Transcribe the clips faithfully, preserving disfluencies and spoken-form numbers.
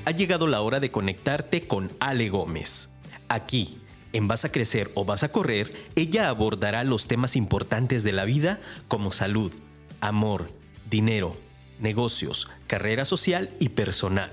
ha llegado la hora de conectarte con Ale Gómez. Aquí, en Vas a Crecer o Vas a Correr, ella abordará los temas importantes de la vida como salud, amor, dinero, negocios, carrera social y personal.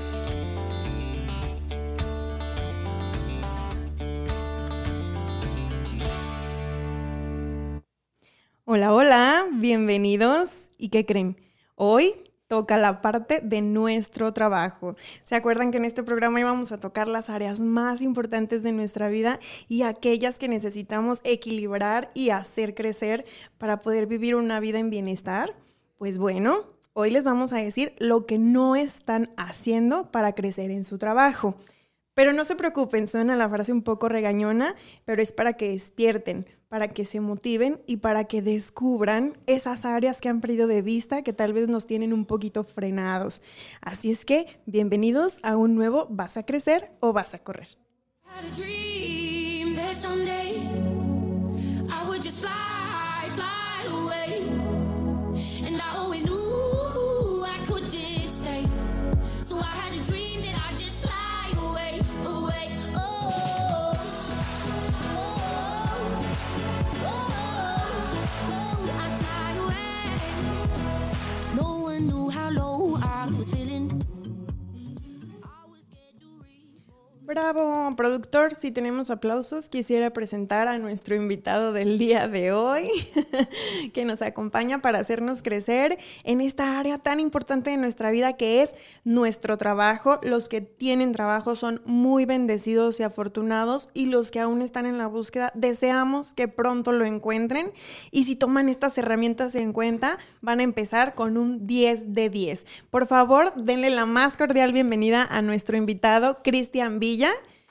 Hola, hola, bienvenidos. ¿Y qué creen? Hoy toca la parte de nuestro trabajo. ¿Se acuerdan que en este programa íbamos a tocar las áreas más importantes de nuestra vida y aquellas que necesitamos equilibrar y hacer crecer para poder vivir una vida en bienestar? Pues bueno, hoy les vamos a decir lo que no están haciendo para crecer en su trabajo. Pero no se preocupen, suena la frase un poco regañona, pero es para que despierten, para que se motiven y para que descubran esas áreas que han perdido de vista, que tal vez nos tienen un poquito frenados. Así es que, bienvenidos a un nuevo ¿Vas a crecer o vas a correr? Bravo, productor, si tenemos aplausos, quisiera presentar a nuestro invitado del día de hoy, que nos acompaña para hacernos crecer en esta área tan importante de nuestra vida que es nuestro trabajo. Los que tienen trabajo son muy bendecidos y afortunados, y los que aún están en la búsqueda, deseamos que pronto lo encuentren, y si toman estas herramientas en cuenta, van a empezar con un diez de diez. Por favor, denle la más cordial bienvenida a nuestro invitado, Cristian Villa.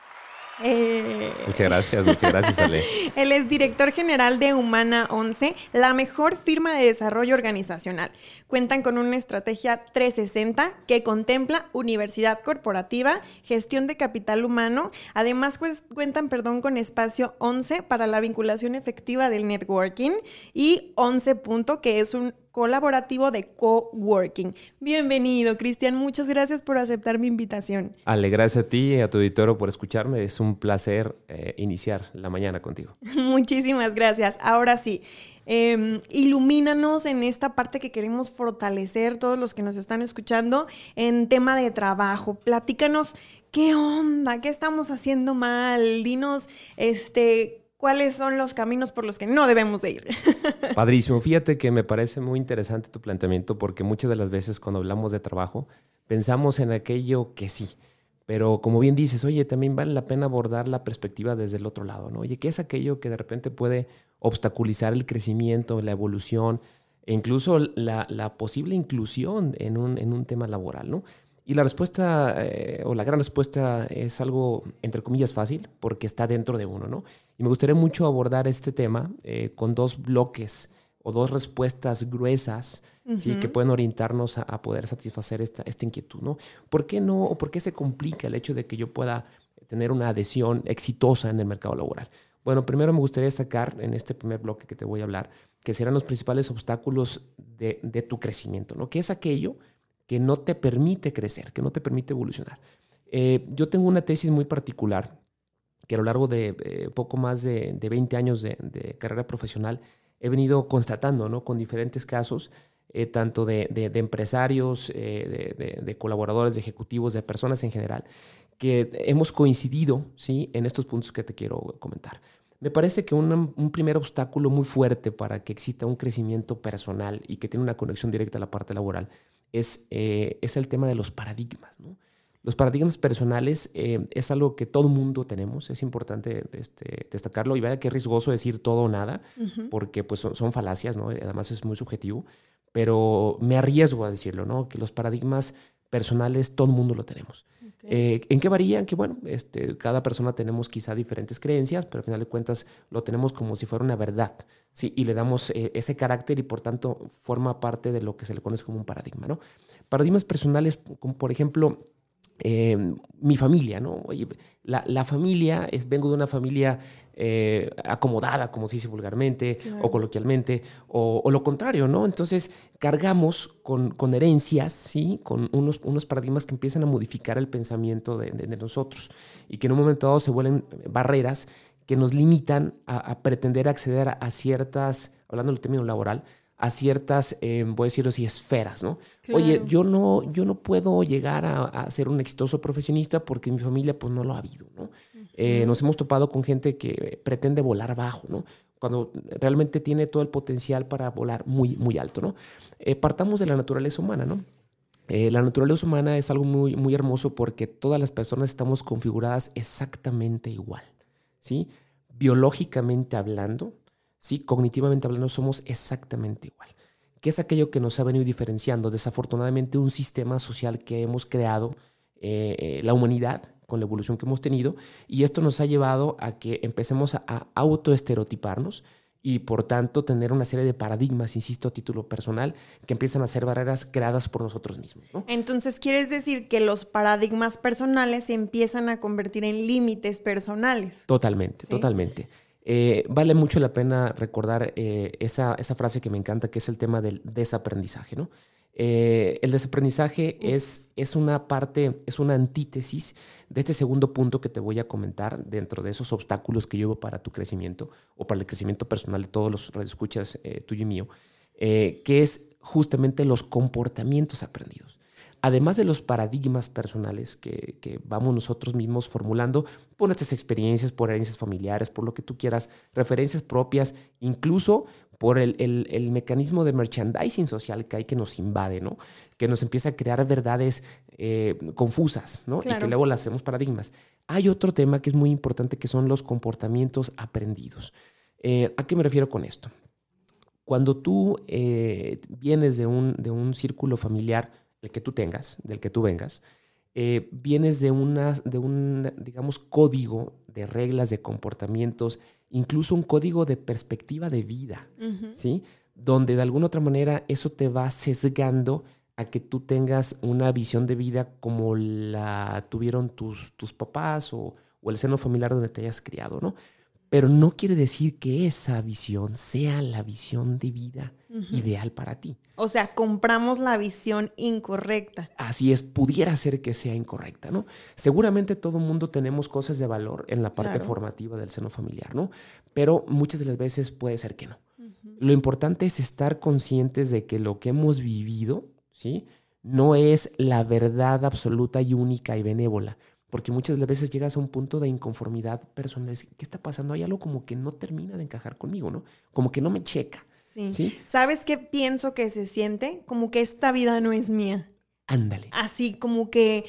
Eh... Muchas gracias, muchas gracias, Ale. Él es director general de Humana once, la mejor firma de desarrollo organizacional. Cuentan con una estrategia trescientos sesenta que contempla universidad corporativa, gestión de capital humano. Además, cu- cuentan perdón, con Espacio once para la vinculación efectiva del networking y once Punto, que es un colaborativo de coworking. Bienvenido, Cristian. Muchas gracias por aceptar mi invitación. Ale, gracias a ti y a tu auditorio por escucharme. Es un placer eh, iniciar la mañana contigo. Muchísimas gracias. Ahora sí, eh, ilumínanos en esta parte que queremos fortalecer todos los que nos están escuchando en tema de trabajo. Platícanos qué onda, qué estamos haciendo mal. Dinos, este... ¿cuáles son los caminos por los que no debemos de ir? Padrísimo. Fíjate que me parece muy interesante tu planteamiento, porque muchas de las veces cuando hablamos de trabajo pensamos en aquello que sí, pero como bien dices, oye, también vale la pena abordar la perspectiva desde el otro lado, ¿no? Oye, ¿qué es aquello que de repente puede obstaculizar el crecimiento, la evolución e incluso la, la posible inclusión en un, en un tema laboral, ¿no? Y la respuesta, eh, o la gran respuesta, es algo, entre comillas, fácil, porque está dentro de uno, ¿no? Y me gustaría mucho abordar este tema eh, con dos bloques o dos respuestas gruesas, uh-huh. ¿sí? Que pueden orientarnos a, a poder satisfacer esta, esta inquietud, ¿no? ¿Por qué no, o por qué se complica el hecho de que yo pueda tener una adhesión exitosa en el mercado laboral? Bueno, primero me gustaría destacar en este primer bloque que te voy a hablar, que serán los principales obstáculos de, de tu crecimiento, ¿no? ¿Qué es aquello que no te permite crecer, que no te permite evolucionar? Eh, yo tengo una tesis muy particular que a lo largo de eh, poco más de, de veinte años de, de carrera profesional he venido constatando, ¿no? Con diferentes casos, eh, tanto de, de, de empresarios, eh, de, de, de colaboradores, de ejecutivos, de personas en general, que hemos coincidido, ¿sí? En estos puntos que te quiero comentar. Me parece que un, un primer obstáculo muy fuerte para que exista un crecimiento personal y que tiene una conexión directa a la parte laboral es, eh, es el tema de los paradigmas, ¿no? Los paradigmas personales eh, es algo que todo mundo tenemos, es importante este, destacarlo, y vaya que es riesgoso decir todo o nada, uh-huh. porque pues, son, son falacias, ¿no? Además es muy subjetivo, pero me arriesgo a decirlo, ¿no? Que los paradigmas personales todo el mundo lo tenemos. Okay. Eh, ¿En qué varían? Que bueno, este, cada persona tenemos quizá diferentes creencias, pero al final de cuentas lo tenemos como si fuera una verdad, ¿sí? Y le damos eh, ese carácter y por tanto forma parte de lo que se le conoce como un paradigma, ¿no? Paradigmas personales como por ejemplo... Eh, mi familia, ¿no? Oye, La, la familia, es, vengo de una familia eh, acomodada, como se dice vulgarmente, claro, o coloquialmente, o, o lo contrario, ¿no? Entonces cargamos con, con herencias, ¿sí? Con unos, unos paradigmas que empiezan a modificar el pensamiento de, de, de nosotros y que en un momento dado se vuelven barreras que nos limitan a, a pretender acceder a, a ciertas, hablando del término laboral, a ciertas, eh, voy a decirlo así, esferas, ¿no? Claro. Oye, yo no, yo no puedo llegar a, a ser un exitoso profesionista porque mi familia pues no lo ha habido, ¿no? Uh-huh. Eh, nos hemos topado con gente que pretende volar bajo, ¿no? Cuando realmente tiene todo el potencial para volar muy, muy alto, ¿no? Eh, partamos de la naturaleza humana, ¿no? Eh, la naturaleza humana es algo muy, muy hermoso porque todas las personas estamos configuradas exactamente igual, ¿sí? Biológicamente hablando, sí, cognitivamente hablando, somos exactamente igual. ¿Qué es aquello que nos ha venido diferenciando? Desafortunadamente, un sistema social que hemos creado, eh, la humanidad, con la evolución que hemos tenido, y esto nos ha llevado a que empecemos a, a autoestereotiparnos y, por tanto, tener una serie de paradigmas, insisto, a título personal, que empiezan a ser barreras creadas por nosotros mismos, ¿no? Entonces, ¿quieres decir que los paradigmas personales se empiezan a convertir en límites personales? Totalmente, ¿sí? Totalmente. Eh, vale mucho la pena recordar eh, esa, esa frase que me encanta, que es el tema del desaprendizaje, ¿no? Eh, el desaprendizaje es, es una parte, es una antítesis de este segundo punto que te voy a comentar dentro de esos obstáculos que llevo para tu crecimiento o para el crecimiento personal de todos los radioescuchas eh, tuyo y mío, eh, que es justamente los comportamientos aprendidos. Además de los paradigmas personales que, que vamos nosotros mismos formulando por nuestras experiencias, por herencias familiares, por lo que tú quieras, referencias propias, incluso por el, el, el mecanismo de merchandising social que hay que nos invade, ¿no? Que nos empieza a crear verdades eh, confusas, ¿no? Claro. Y que luego las hacemos paradigmas. Hay otro tema que es muy importante, que son los comportamientos aprendidos. Eh, ¿A qué me refiero con esto? Cuando tú eh, vienes de un, de un círculo familiar, el que tú tengas, del que tú vengas, eh, vienes de, una, de un, digamos, código de reglas, de comportamientos, incluso un código de perspectiva de vida, uh-huh. ¿sí? Donde de alguna otra manera eso te va sesgando a que tú tengas una visión de vida como la tuvieron tus, tus papás o, o el seno familiar donde te hayas criado, ¿no? Pero no quiere decir que esa visión sea la visión de vida uh-huh. ideal para ti. O sea, compramos la visión incorrecta. Así es, pudiera ser que sea incorrecta, ¿no? Seguramente todo el mundo tenemos cosas de valor en la parte claro. formativa del seno familiar, ¿no? Pero muchas de las veces puede ser que no. Uh-huh. Lo importante es estar conscientes de que lo que hemos vivido, ¿sí? No es la verdad absoluta y única y benévola. Porque muchas de las veces llegas a un punto de inconformidad personal. ¿Qué está pasando? Hay algo como que no termina de encajar conmigo, ¿no? Como que no me checa. Sí. ¿Sí? ¿Sabes qué pienso que se siente? Como que esta vida no es mía. Ándale. Así como que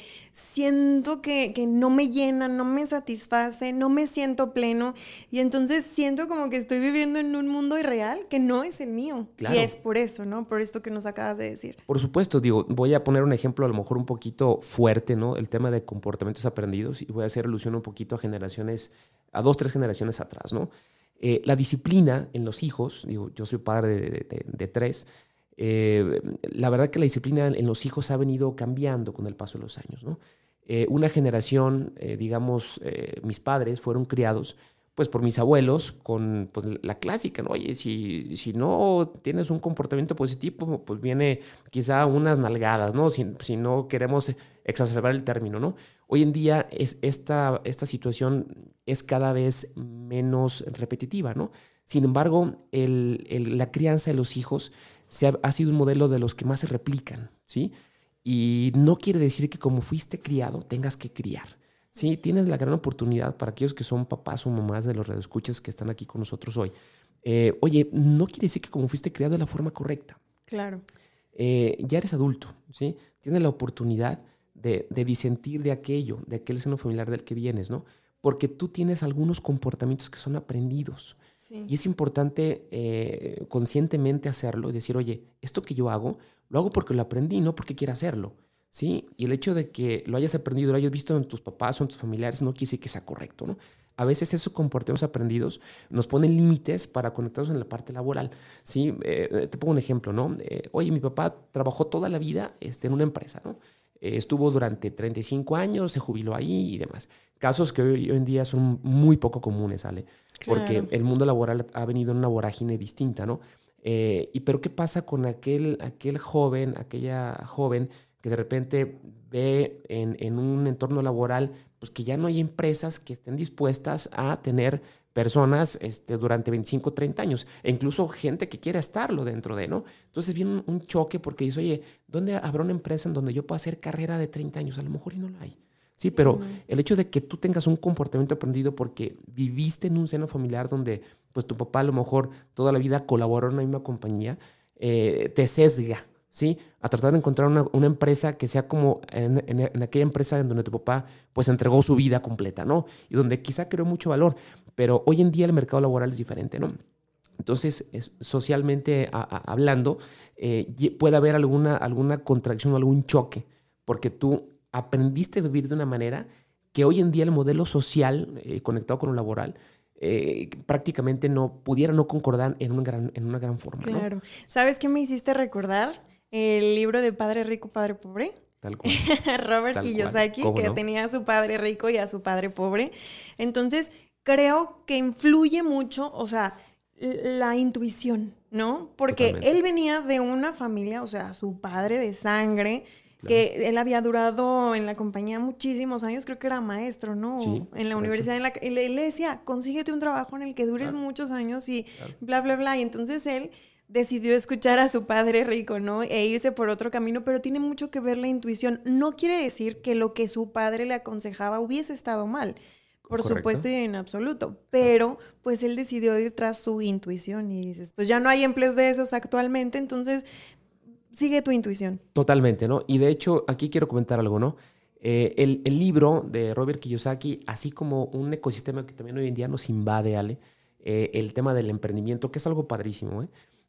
siento que, que no me llena, no me satisface, no me siento pleno. Y entonces siento como que estoy viviendo en un mundo irreal que no es el mío. Claro. Y es por eso, ¿no? Por esto que nos acabas de decir. Por supuesto, digo, voy a poner un ejemplo a lo mejor un poquito fuerte, ¿no? El tema de comportamientos aprendidos, y voy a hacer alusión un poquito a generaciones, a dos, tres generaciones atrás, ¿no? Eh, la disciplina en los hijos, digo, yo soy padre de, de, de, de tres. Eh, la verdad que la disciplina en los hijos ha venido cambiando con el paso de los años, ¿no? Eh, una generación, eh, digamos, eh, mis padres fueron criados pues por mis abuelos con pues, la clásica, ¿no? Oye, si, si no tienes un comportamiento positivo, pues viene quizá unas nalgadas, ¿no? Si, si no queremos exacerbar el término, ¿no? Hoy en día es, esta, esta situación es cada vez menos repetitiva, ¿no? Sin embargo, el, el, la crianza de los hijos se ha, ha sido un modelo de los que más se replican, ¿sí? Y no quiere decir que como fuiste criado tengas que criar. Sí, tienes la gran oportunidad para aquellos que son papás o mamás de los radioescuchas que están aquí con nosotros hoy. Eh, oye, no quiere decir que como fuiste criado de la forma correcta. Claro. Eh, ya eres adulto, ¿sí? Tienes la oportunidad de, de disentir de aquello, de aquel seno familiar del que vienes, ¿no? Porque tú tienes algunos comportamientos que son aprendidos. Sí. Y es importante eh, conscientemente hacerlo y decir, oye, esto que yo hago, lo hago porque lo aprendí, no porque quiera hacerlo. ¿Sí? Y el hecho de que lo hayas aprendido, lo hayas visto en tus papás o en tus familiares, no quiere decir que sea correcto, ¿no? A veces esos comportamientos aprendidos nos ponen límites para conectarnos en la parte laboral, ¿sí? Eh, te pongo un ejemplo, ¿no? Eh, oye, mi papá trabajó toda la vida este, en una empresa, ¿no? eh, estuvo durante treinta y cinco años, se jubiló ahí y demás. Casos que hoy, hoy en día son muy poco comunes, Ale, Claro. porque el mundo laboral ha venido en una vorágine distinta, ¿no? Eh, y pero ¿qué pasa con aquel, aquel joven, aquella joven que de repente ve en, en un entorno laboral pues que ya no hay empresas que estén dispuestas a tener personas este, durante veinticinco, treinta años, e incluso gente que quiera estarlo dentro de, ¿no? Entonces viene un, un choque porque dice, oye, ¿dónde habrá una empresa en donde yo pueda hacer carrera de treinta años? A lo mejor y no la hay. Sí, pero uh-huh. el hecho de que tú tengas un comportamiento aprendido porque viviste en un seno familiar donde pues tu papá a lo mejor toda la vida colaboró en la misma compañía, eh, te sesga, ¿sí? A tratar de encontrar una, una empresa que sea como en, en, en aquella empresa en donde tu papá pues entregó su vida completa, ¿no? Y donde quizá creó mucho valor, pero hoy en día el mercado laboral es diferente, ¿no? Entonces, es, socialmente a, a, hablando, eh, puede haber alguna, alguna contracción o algún choque, porque tú aprendiste a vivir de una manera que hoy en día el modelo social eh, conectado con lo laboral eh, prácticamente no pudiera no concordar en, un gran, en una gran forma. Claro. ¿No? ¿Sabes qué me hiciste recordar? El libro de Padre Rico, Padre Pobre. Tal cual. Robert Tal Kiyosaki, cual. que no? tenía a su padre rico y a su padre pobre. Entonces, creo que influye mucho, o sea, la intuición, ¿no? Porque Totalmente. él venía de una familia, o sea, su padre de sangre, que él había durado en la compañía muchísimos años, creo que era maestro, ¿no? Sí, en la correcto. universidad, en la, y le, le decía, consíguete un trabajo en el que dures claro. muchos años y claro. bla, bla, bla. Y entonces él decidió escuchar a su padre rico, ¿no? E irse por otro camino, pero tiene mucho que ver la intuición. No quiere decir que lo que su padre le aconsejaba hubiese estado mal, por Correcto. Supuesto y en absoluto, pero pues él decidió ir tras su intuición y dices, pues ya no hay empleos de esos actualmente, entonces sigue tu intuición. Totalmente, ¿no? Y de hecho, aquí quiero comentar algo, ¿no? Eh, el, el libro de Robert Kiyosaki, así como un ecosistema que también hoy en día nos invade, Ale, eh, el tema del emprendimiento, que es algo padrísimo, ¿eh?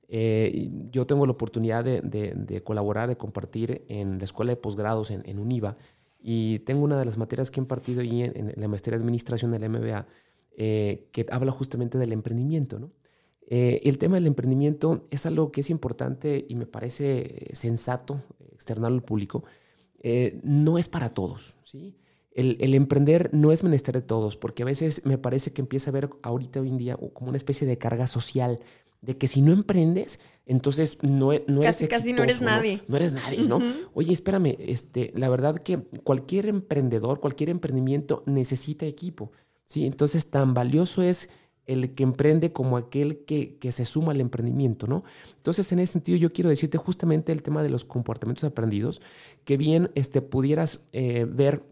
Eh, yo tengo la oportunidad de, de, de colaborar, de compartir en la escuela de posgrados en, en UNIVA, y tengo una de las materias que he impartido ahí en, en la maestría de administración del M B A, eh, que habla justamente del emprendimiento, ¿no? Eh, el tema del emprendimiento es algo que es importante y me parece sensato externarlo al público. Eh, no es para todos, ¿sí? El, el emprender no es menester de todos, porque a veces me parece que empieza a haber ahorita hoy en día como una especie de carga social, de que si no emprendes, entonces no, no eres casi, exitoso. Casi no eres nadie. No, no eres nadie, ¿no? Uh-huh. Oye, espérame, este, la verdad que cualquier emprendedor, cualquier emprendimiento necesita equipo, ¿sí? Entonces tan valioso es el que emprende como aquel que, que se suma al emprendimiento, ¿no? Entonces, en ese sentido, yo quiero decirte justamente el tema de los comportamientos aprendidos, que bien este, pudieras eh, ver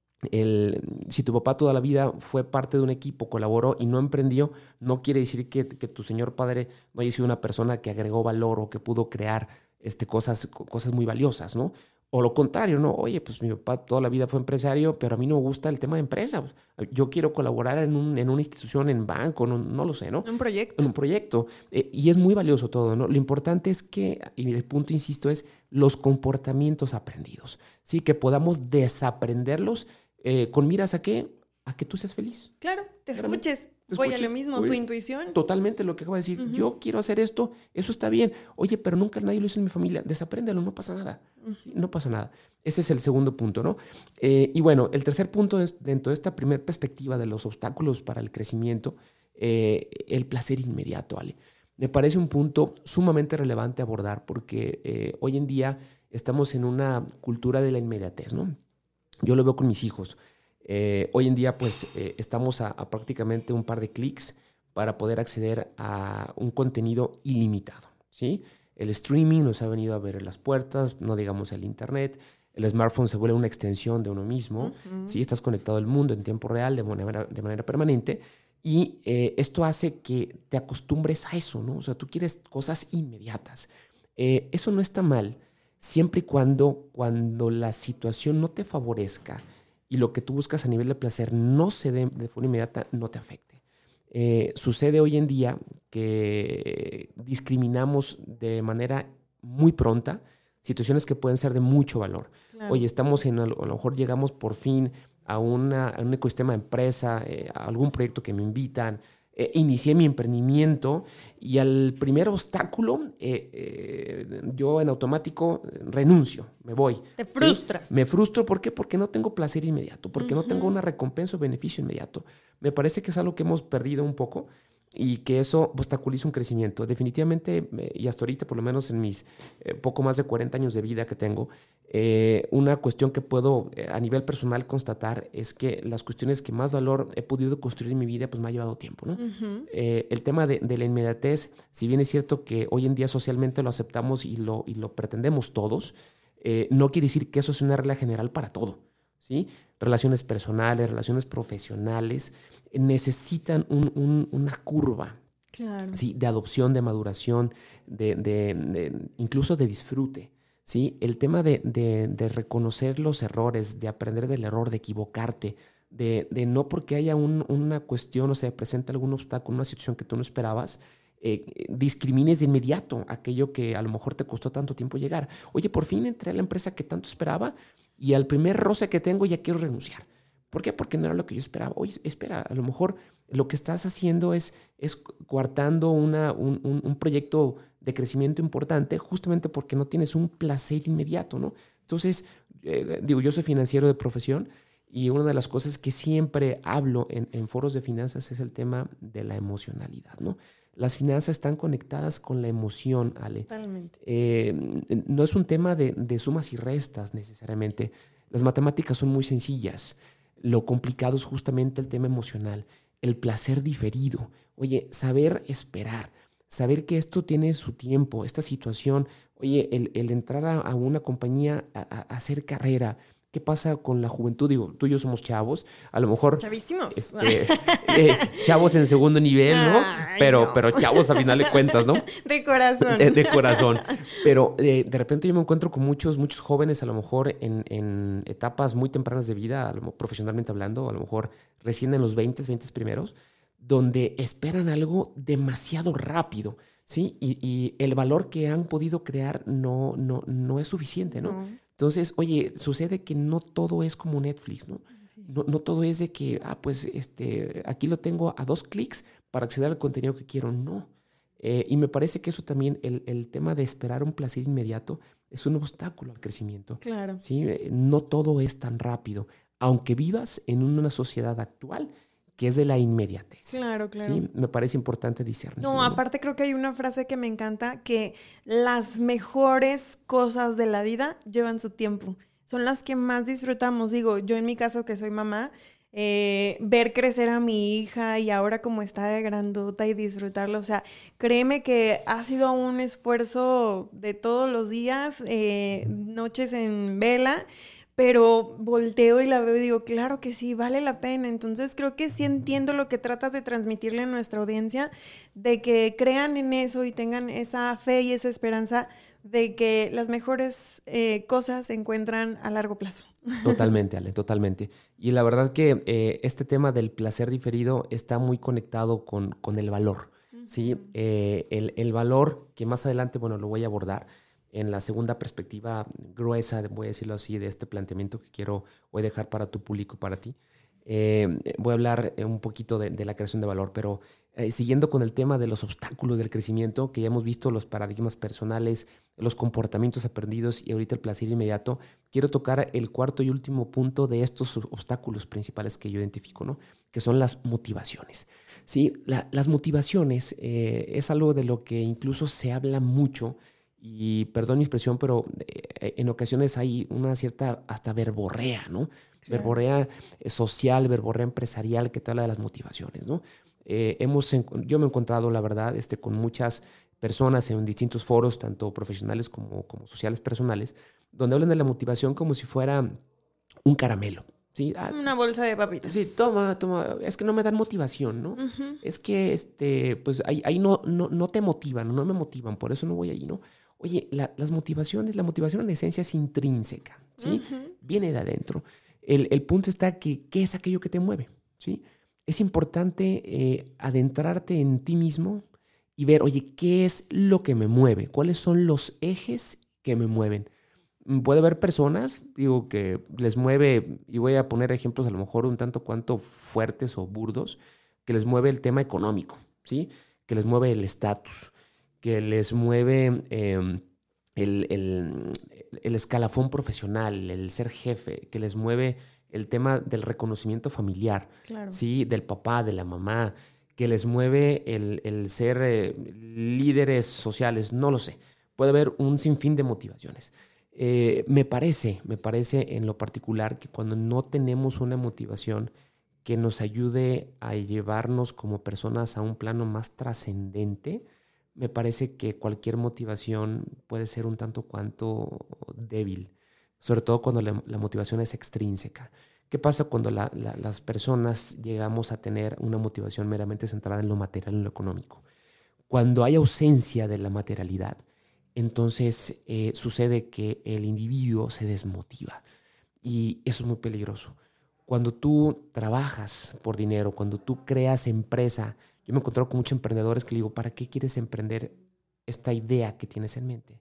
el, si tu papá toda la vida fue parte de un equipo, colaboró y no emprendió, no quiere decir que, que tu señor padre no haya sido una persona que agregó valor o que pudo crear este, cosas, cosas muy valiosas, ¿no? O lo contrario, ¿no? Oye, pues mi papá toda la vida fue empresario, pero a mí no me gusta el tema de empresa. Yo quiero colaborar en, un, en una institución, en banco, no, no lo sé, ¿no? Un proyecto. En un proyecto. Eh, y es muy valioso todo, ¿no? Lo importante es que, y el punto, insisto, es los comportamientos aprendidos, ¿sí? Que podamos desaprenderlos eh, con miras a qué, a que tú seas feliz. Claro, te Claramente. escuches. Te Oye, escuche. lo mismo, Oye, tu intuición. Totalmente lo que acabo de decir. Uh-huh. Yo quiero hacer esto, eso está bien. Oye, pero nunca nadie lo hizo en mi familia. Desapréndelo, no pasa nada. Uh-huh. ¿Sí? No pasa nada. Ese es el segundo punto, ¿no? Eh, y bueno, el tercer punto es, dentro de esta primera perspectiva de los obstáculos para el crecimiento, eh, el placer inmediato, Ale. Me parece un punto sumamente relevante abordar porque eh, hoy en día estamos en una cultura de la inmediatez, ¿no? Yo lo veo con mis hijos. Eh, hoy en día, pues, eh, estamos a, a prácticamente un par de clics para poder acceder a un contenido ilimitado, ¿sí? El streaming nos ha venido a abrir las puertas, no digamos el internet. El smartphone se vuelve una extensión de uno mismo, uh-huh. ¿sí? Estás conectado al mundo en tiempo real de manera, de manera permanente y eh, esto hace que te acostumbres a eso, ¿no? O sea, tú quieres cosas inmediatas. Eh, eso no está mal siempre y cuando, cuando la situación no te favorezca y lo que tú buscas a nivel de placer no se dé de forma inmediata, no te afecte. Eh, sucede hoy en día que discriminamos de manera muy pronta situaciones que pueden ser de mucho valor. Claro. Oye, estamos en, a lo mejor llegamos por fin a, una, a un ecosistema de empresa, eh, a algún proyecto que me invitan, Eh, inicié mi emprendimiento y al primer obstáculo eh, eh, yo en automático renuncio, me voy. Te frustras. ¿Sí? Me frustro, ¿por qué? Porque no tengo placer inmediato, porque uh-huh. no tengo una recompensa o beneficio inmediato. Me parece que es algo que hemos perdido un poco y que eso obstaculiza un crecimiento. Definitivamente, y hasta ahorita, por lo menos en mis eh, poco más de cuarenta años de vida que tengo, eh, una cuestión que puedo eh, a nivel personal constatar es que las cuestiones que más valor he podido construir en mi vida, pues me ha llevado tiempo, ¿no? Uh-huh. Eh, el tema de, de la inmediatez, si bien es cierto que hoy en día socialmente lo aceptamos y lo, y lo pretendemos todos, eh, no quiere decir que eso es una regla general para todo, ¿sí? Relaciones personales, relaciones profesionales, necesitan un, un, una curva, claro. ¿sí? De adopción, de maduración, de, de, de, incluso de disfrute, ¿sí? El tema de, de, de reconocer los errores, de aprender del error, de equivocarte, de, de no porque haya un, una cuestión o se presenta algún obstáculo, una situación que tú no esperabas, eh, discrimines de inmediato aquello que a lo mejor te costó tanto tiempo llegar. Oye, por fin entré a la empresa que tanto esperaba y al primer roce que tengo ya quiero renunciar. ¿Por qué? Porque no era lo que yo esperaba. Oye, espera, a lo mejor lo que estás haciendo es, es coartando una, un, un, un proyecto de crecimiento importante justamente porque no tienes un placer inmediato, ¿no? Entonces, eh, digo, yo soy financiero de profesión y una de las cosas que siempre hablo en, en foros de finanzas es el tema de la emocionalidad, ¿no? Las finanzas están conectadas con la emoción, Ale. Totalmente. Eh, no es un tema de, de sumas y restas necesariamente. Las matemáticas son muy sencillas. Lo complicado es justamente el tema emocional, el placer diferido. Oye, saber esperar, saber que esto tiene su tiempo, esta situación. Oye, el, el entrar a, a una compañía a, a hacer carrera. ¿Qué pasa con la juventud? Digo, tú y yo somos chavos, a lo mejor... Chavísimos. Este, eh, chavos en segundo nivel, ¿no? Ay, pero, no. pero chavos a final de cuentas, ¿no? De corazón. De, de corazón. Pero eh, de repente yo me encuentro con muchos, muchos jóvenes, a lo mejor en, en etapas muy tempranas de vida, a lo, profesionalmente hablando, a lo mejor recién en los veinte, veinte primeros, donde esperan algo demasiado rápido, ¿sí? Y, y el valor que han podido crear no, no, no es suficiente, ¿no? No. Entonces, oye, sucede que no todo es como Netflix, ¿no? Sí. No, no todo es de que, ah, pues este, aquí lo tengo a dos clics para acceder al contenido que quiero. No. Eh, y me parece que eso también, el, el tema de esperar un placer inmediato, es un obstáculo al crecimiento. Claro. ¿Sí? Eh, no todo es tan rápido, aunque vivas en una sociedad actual que es de la inmediatez. Claro, claro. ¿Sí? Me parece importante discernir. No, ¿no? aparte creo que hay una frase que me encanta, que las mejores cosas de la vida llevan su tiempo. Son las que más disfrutamos. Digo, yo en mi caso que soy mamá, eh, ver crecer a mi hija y ahora como está de grandota y disfrutarlo. O sea, créeme que ha sido un esfuerzo de todos los días, eh, noches en vela, pero volteo y la veo y digo, claro que sí, vale la pena. Entonces creo que sí entiendo lo que tratas de transmitirle a nuestra audiencia, de que crean en eso y tengan esa fe y esa esperanza de que las mejores eh, cosas se encuentran a largo plazo. Totalmente, Ale, totalmente. Y la verdad que eh, este tema del placer diferido está muy conectado con, con el valor, uh-huh. ¿sí? Eh, el, el valor que más adelante, bueno, lo voy a abordar en la segunda perspectiva gruesa, voy a decirlo así, de este planteamiento que quiero hoy dejar para tu público, para ti. Eh, voy a hablar un poquito de, de la creación de valor, pero eh, siguiendo con el tema de los obstáculos del crecimiento, que ya hemos visto los paradigmas personales, los comportamientos aprendidos y ahorita el placer inmediato, quiero tocar el cuarto y último punto de estos obstáculos principales que yo identifico, ¿no? Que son las motivaciones. ¿Sí? La, las motivaciones eh, es algo de lo que incluso se habla mucho. Y perdón mi expresión, pero eh, en ocasiones hay una cierta hasta verborrea, ¿no? Claro. Verborrea social, verborrea empresarial que te habla de las motivaciones, ¿no? Eh, hemos, yo me he encontrado, la verdad, este, con muchas personas en distintos foros, tanto profesionales como, como sociales personales, donde hablan de la motivación como si fuera un caramelo. ¿Sí? Ah, una bolsa de papitas. Sí, toma, toma. Es que no me dan motivación, ¿no? Uh-huh. Es que este, pues ahí, ahí no, no, no te motivan, no me motivan, por eso no voy allí, ¿no? Oye, la, las motivaciones, la motivación en esencia es intrínseca, ¿sí? Uh-huh. Viene de adentro. El, el punto está que, ¿qué es aquello que te mueve? ¿Sí? Es importante eh, adentrarte en ti mismo y ver, oye, ¿qué es lo que me mueve? ¿Cuáles son los ejes que me mueven? Puede haber personas, digo, que les mueve, y voy a poner ejemplos a lo mejor un tanto cuanto fuertes o burdos, que les mueve el tema económico, ¿sí? Que les mueve el estatus, que les mueve eh, el, el, el escalafón profesional, el ser jefe, que les mueve el tema del reconocimiento familiar, Claro. ¿sí? Del papá, de la mamá, que les mueve el, el ser eh, líderes sociales, no lo sé. Puede haber un sinfín de motivaciones. Eh, me parece, me parece en lo particular que cuando no tenemos una motivación que nos ayude a llevarnos como personas a un plano más trascendente, me parece que cualquier motivación puede ser un tanto cuanto débil, sobre todo cuando la, la motivación es extrínseca. ¿Qué pasa cuando la, la, las personas llegamos a tener una motivación meramente centrada en lo material, en lo económico? Cuando hay ausencia de la materialidad, entonces eh, sucede que el individuo se desmotiva y eso es muy peligroso. Cuando tú trabajas por dinero, cuando tú creas empresa, yo me he encontrado con muchos emprendedores que le digo, ¿para qué quieres emprender esta idea que tienes en mente?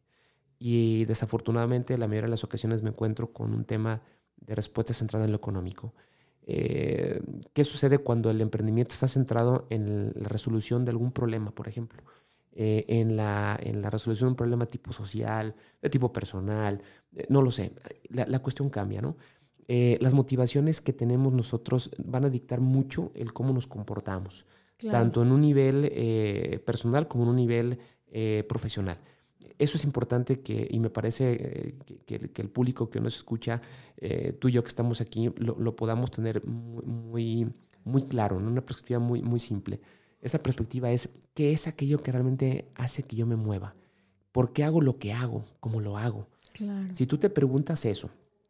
Y desafortunadamente la mayoría de las ocasiones me encuentro con un tema de respuesta centrada en lo económico. Eh, ¿Qué sucede cuando el emprendimiento está centrado en la resolución de algún problema, por ejemplo? Eh, en, la, en la resolución de un problema tipo social, de tipo personal, eh, no lo sé, la, la cuestión cambia, ¿no? Eh, las motivaciones que tenemos nosotros van a dictar mucho el cómo nos comportamos, Claro. tanto en un nivel eh, personal como en un nivel eh, profesional. Eso es importante que, y me parece eh, que, que, que el público que nos escucha, eh, tú y yo que estamos aquí, lo, lo podamos tener muy, muy, muy claro, ¿no? Una perspectiva muy, muy simple. Esa perspectiva es, ¿qué es aquello que realmente hace que yo me mueva? ¿Por qué hago lo que hago? ¿Cómo lo hago? Claro. Si tú te preguntas eso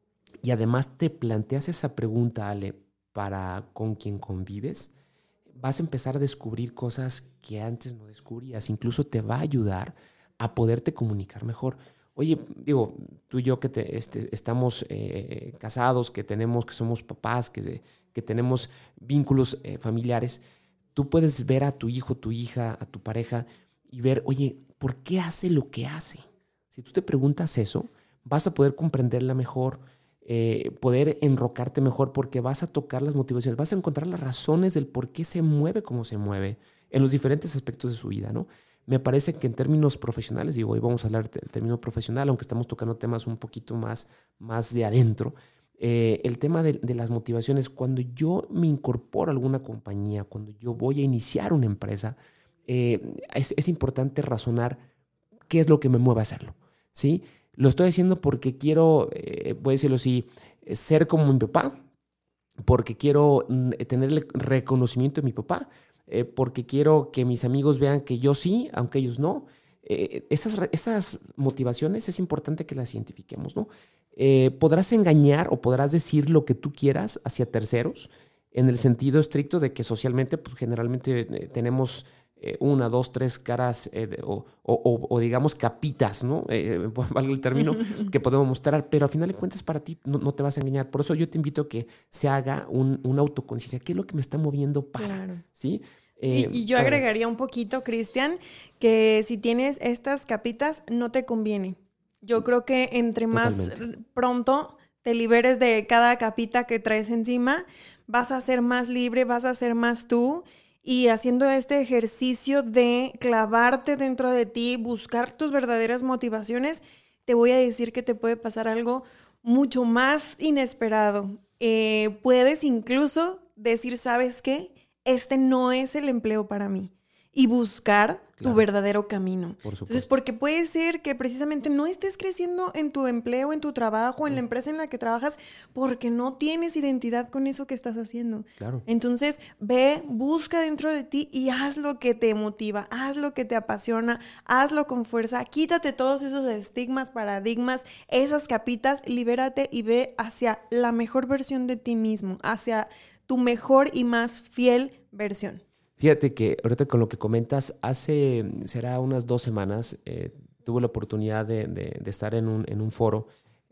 y además te planteas esa pregunta, Ale, para con quien convives, vas a empezar a descubrir cosas que antes no descubrías. Incluso te va a ayudar a poderte comunicar mejor. Oye, digo, tú y yo que te, este, estamos eh, casados, que tenemos, que somos papás, que, que tenemos vínculos eh, familiares, tú puedes ver a tu hijo, tu hija, a tu pareja y ver, oye, ¿por qué hace lo que hace? Si tú te preguntas eso, vas a poder comprenderla mejor, eh, poder enrocarte mejor porque vas a tocar las motivaciones, vas a encontrar las razones del por qué se mueve como se mueve en los diferentes aspectos de su vida, ¿no? Me parece que en términos profesionales, digo, hoy vamos a hablar del término profesional, aunque estamos tocando temas un poquito más, más de adentro. Eh, el tema de, de las motivaciones, cuando yo me incorporo a alguna compañía, cuando yo voy a iniciar una empresa, eh, es, es importante razonar qué es lo que me mueve a hacerlo, ¿sí? Lo estoy haciendo porque quiero, eh, voy a decirlo así, ser como mi papá, porque quiero mm, tener el reconocimiento de mi papá, eh, porque quiero que mis amigos vean que yo sí, aunque ellos no. Eh, esas, esas motivaciones es importante que las identifiquemos, ¿no? Eh, podrás engañar o podrás decir lo que tú quieras hacia terceros en el sentido estricto de que socialmente pues, generalmente eh, tenemos eh, una, dos, tres caras eh, de, o, o, o, o digamos capitas, ¿no? Eh, valga el término, que podemos mostrar, pero al final de cuentas para ti no, no te vas a engañar. Por eso yo te invito a que se haga un, una autoconciencia. ¿Qué es lo que me está moviendo para? Claro. ¿Sí? Eh, y, y yo agregaría un poquito, Cristian, que si tienes estas capitas, no te conviene. Yo creo que entre más Totalmente. Pronto te liberes de cada capita que traes encima, vas a ser más libre, vas a ser más tú. Y haciendo este ejercicio de clavarte dentro de ti, buscar tus verdaderas motivaciones, te voy a decir que te puede pasar algo mucho más inesperado. Eh, puedes incluso decir, ¿sabes qué? Este no es el empleo para mí. Y buscar claro. tu verdadero camino. Por Entonces, porque puede ser que precisamente no estés creciendo en tu empleo, en tu trabajo, en la empresa en la que trabajas, porque no tienes identidad con eso que estás haciendo. Claro. Entonces, ve, busca dentro de ti y haz lo que te motiva, haz lo que te apasiona, hazlo con fuerza, quítate todos esos estigmas, paradigmas, esas capitas, libérate y ve hacia la mejor versión de ti mismo, hacia tu mejor y más fiel versión. Fíjate que ahorita con lo que comentas, hace, será unas dos semanas, eh, tuve la oportunidad de, de, de estar en un, en un foro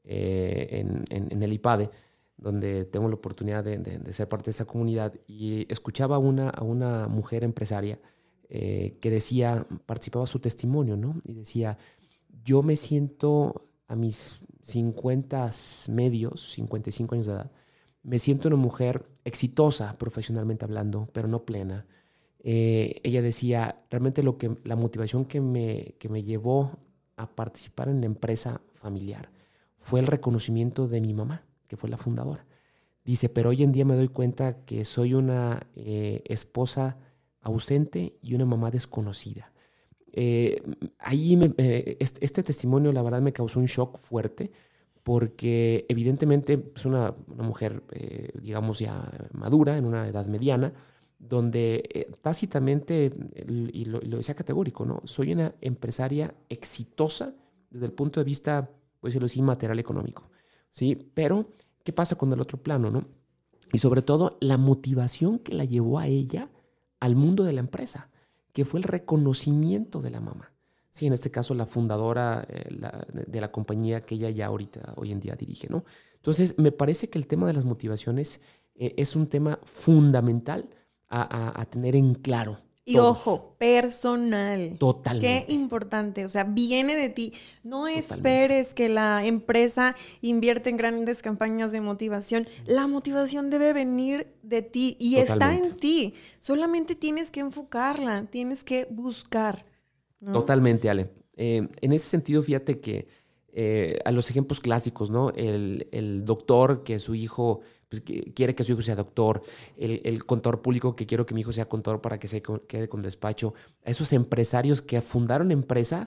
eh, en, en, en el IPADE, donde tengo la oportunidad de, de, de ser parte de esa comunidad y escuchaba a una, a una mujer empresaria eh, que decía, participaba su testimonio, ¿no? Y decía, yo me siento a mis cincuenta medios, cincuenta y cinco años de edad, me siento una mujer exitosa profesionalmente hablando, pero no plena. Eh, ella decía, realmente lo que, la motivación que me, que me llevó a participar en la empresa familiar fue el reconocimiento de mi mamá, que fue la fundadora. Dice, pero hoy en día me doy cuenta que soy una eh, esposa ausente y una mamá desconocida. Eh, ahí me, eh, este, este testimonio la verdad me causó un shock fuerte, porque evidentemente es una, una mujer, eh, digamos ya madura, en una edad mediana, donde eh, tácitamente, y lo, y lo decía categórico, ¿no? Soy una empresaria exitosa desde el punto de vista, pues decirlo así, material económico, ¿sí? Pero, ¿qué pasa con el otro plano, no? Y sobre todo, la motivación que la llevó a ella al mundo de la empresa, que fue el reconocimiento de la mamá. Sí, en este caso la fundadora eh, la, de la compañía que ella ya ahorita, hoy en día dirige, ¿no? Entonces, me parece que el tema de las motivaciones eh, es un tema fundamental a, a, a tener en claro. Y todos. ojo, personal. Totalmente. Qué importante, o sea, viene de ti. No Totalmente. esperes que la empresa invierta en grandes campañas de motivación. La motivación debe venir de ti y Totalmente. está en ti. Solamente tienes que enfocarla, tienes que buscar, ¿no? Totalmente, Ale. Eh, en ese sentido, fíjate que eh, a los ejemplos clásicos, ¿no? El, el doctor que su hijo, pues, que quiere que su hijo sea doctor, el, el contador público que quiero que mi hijo sea contador para que se quede con despacho, a esos empresarios que fundaron empresa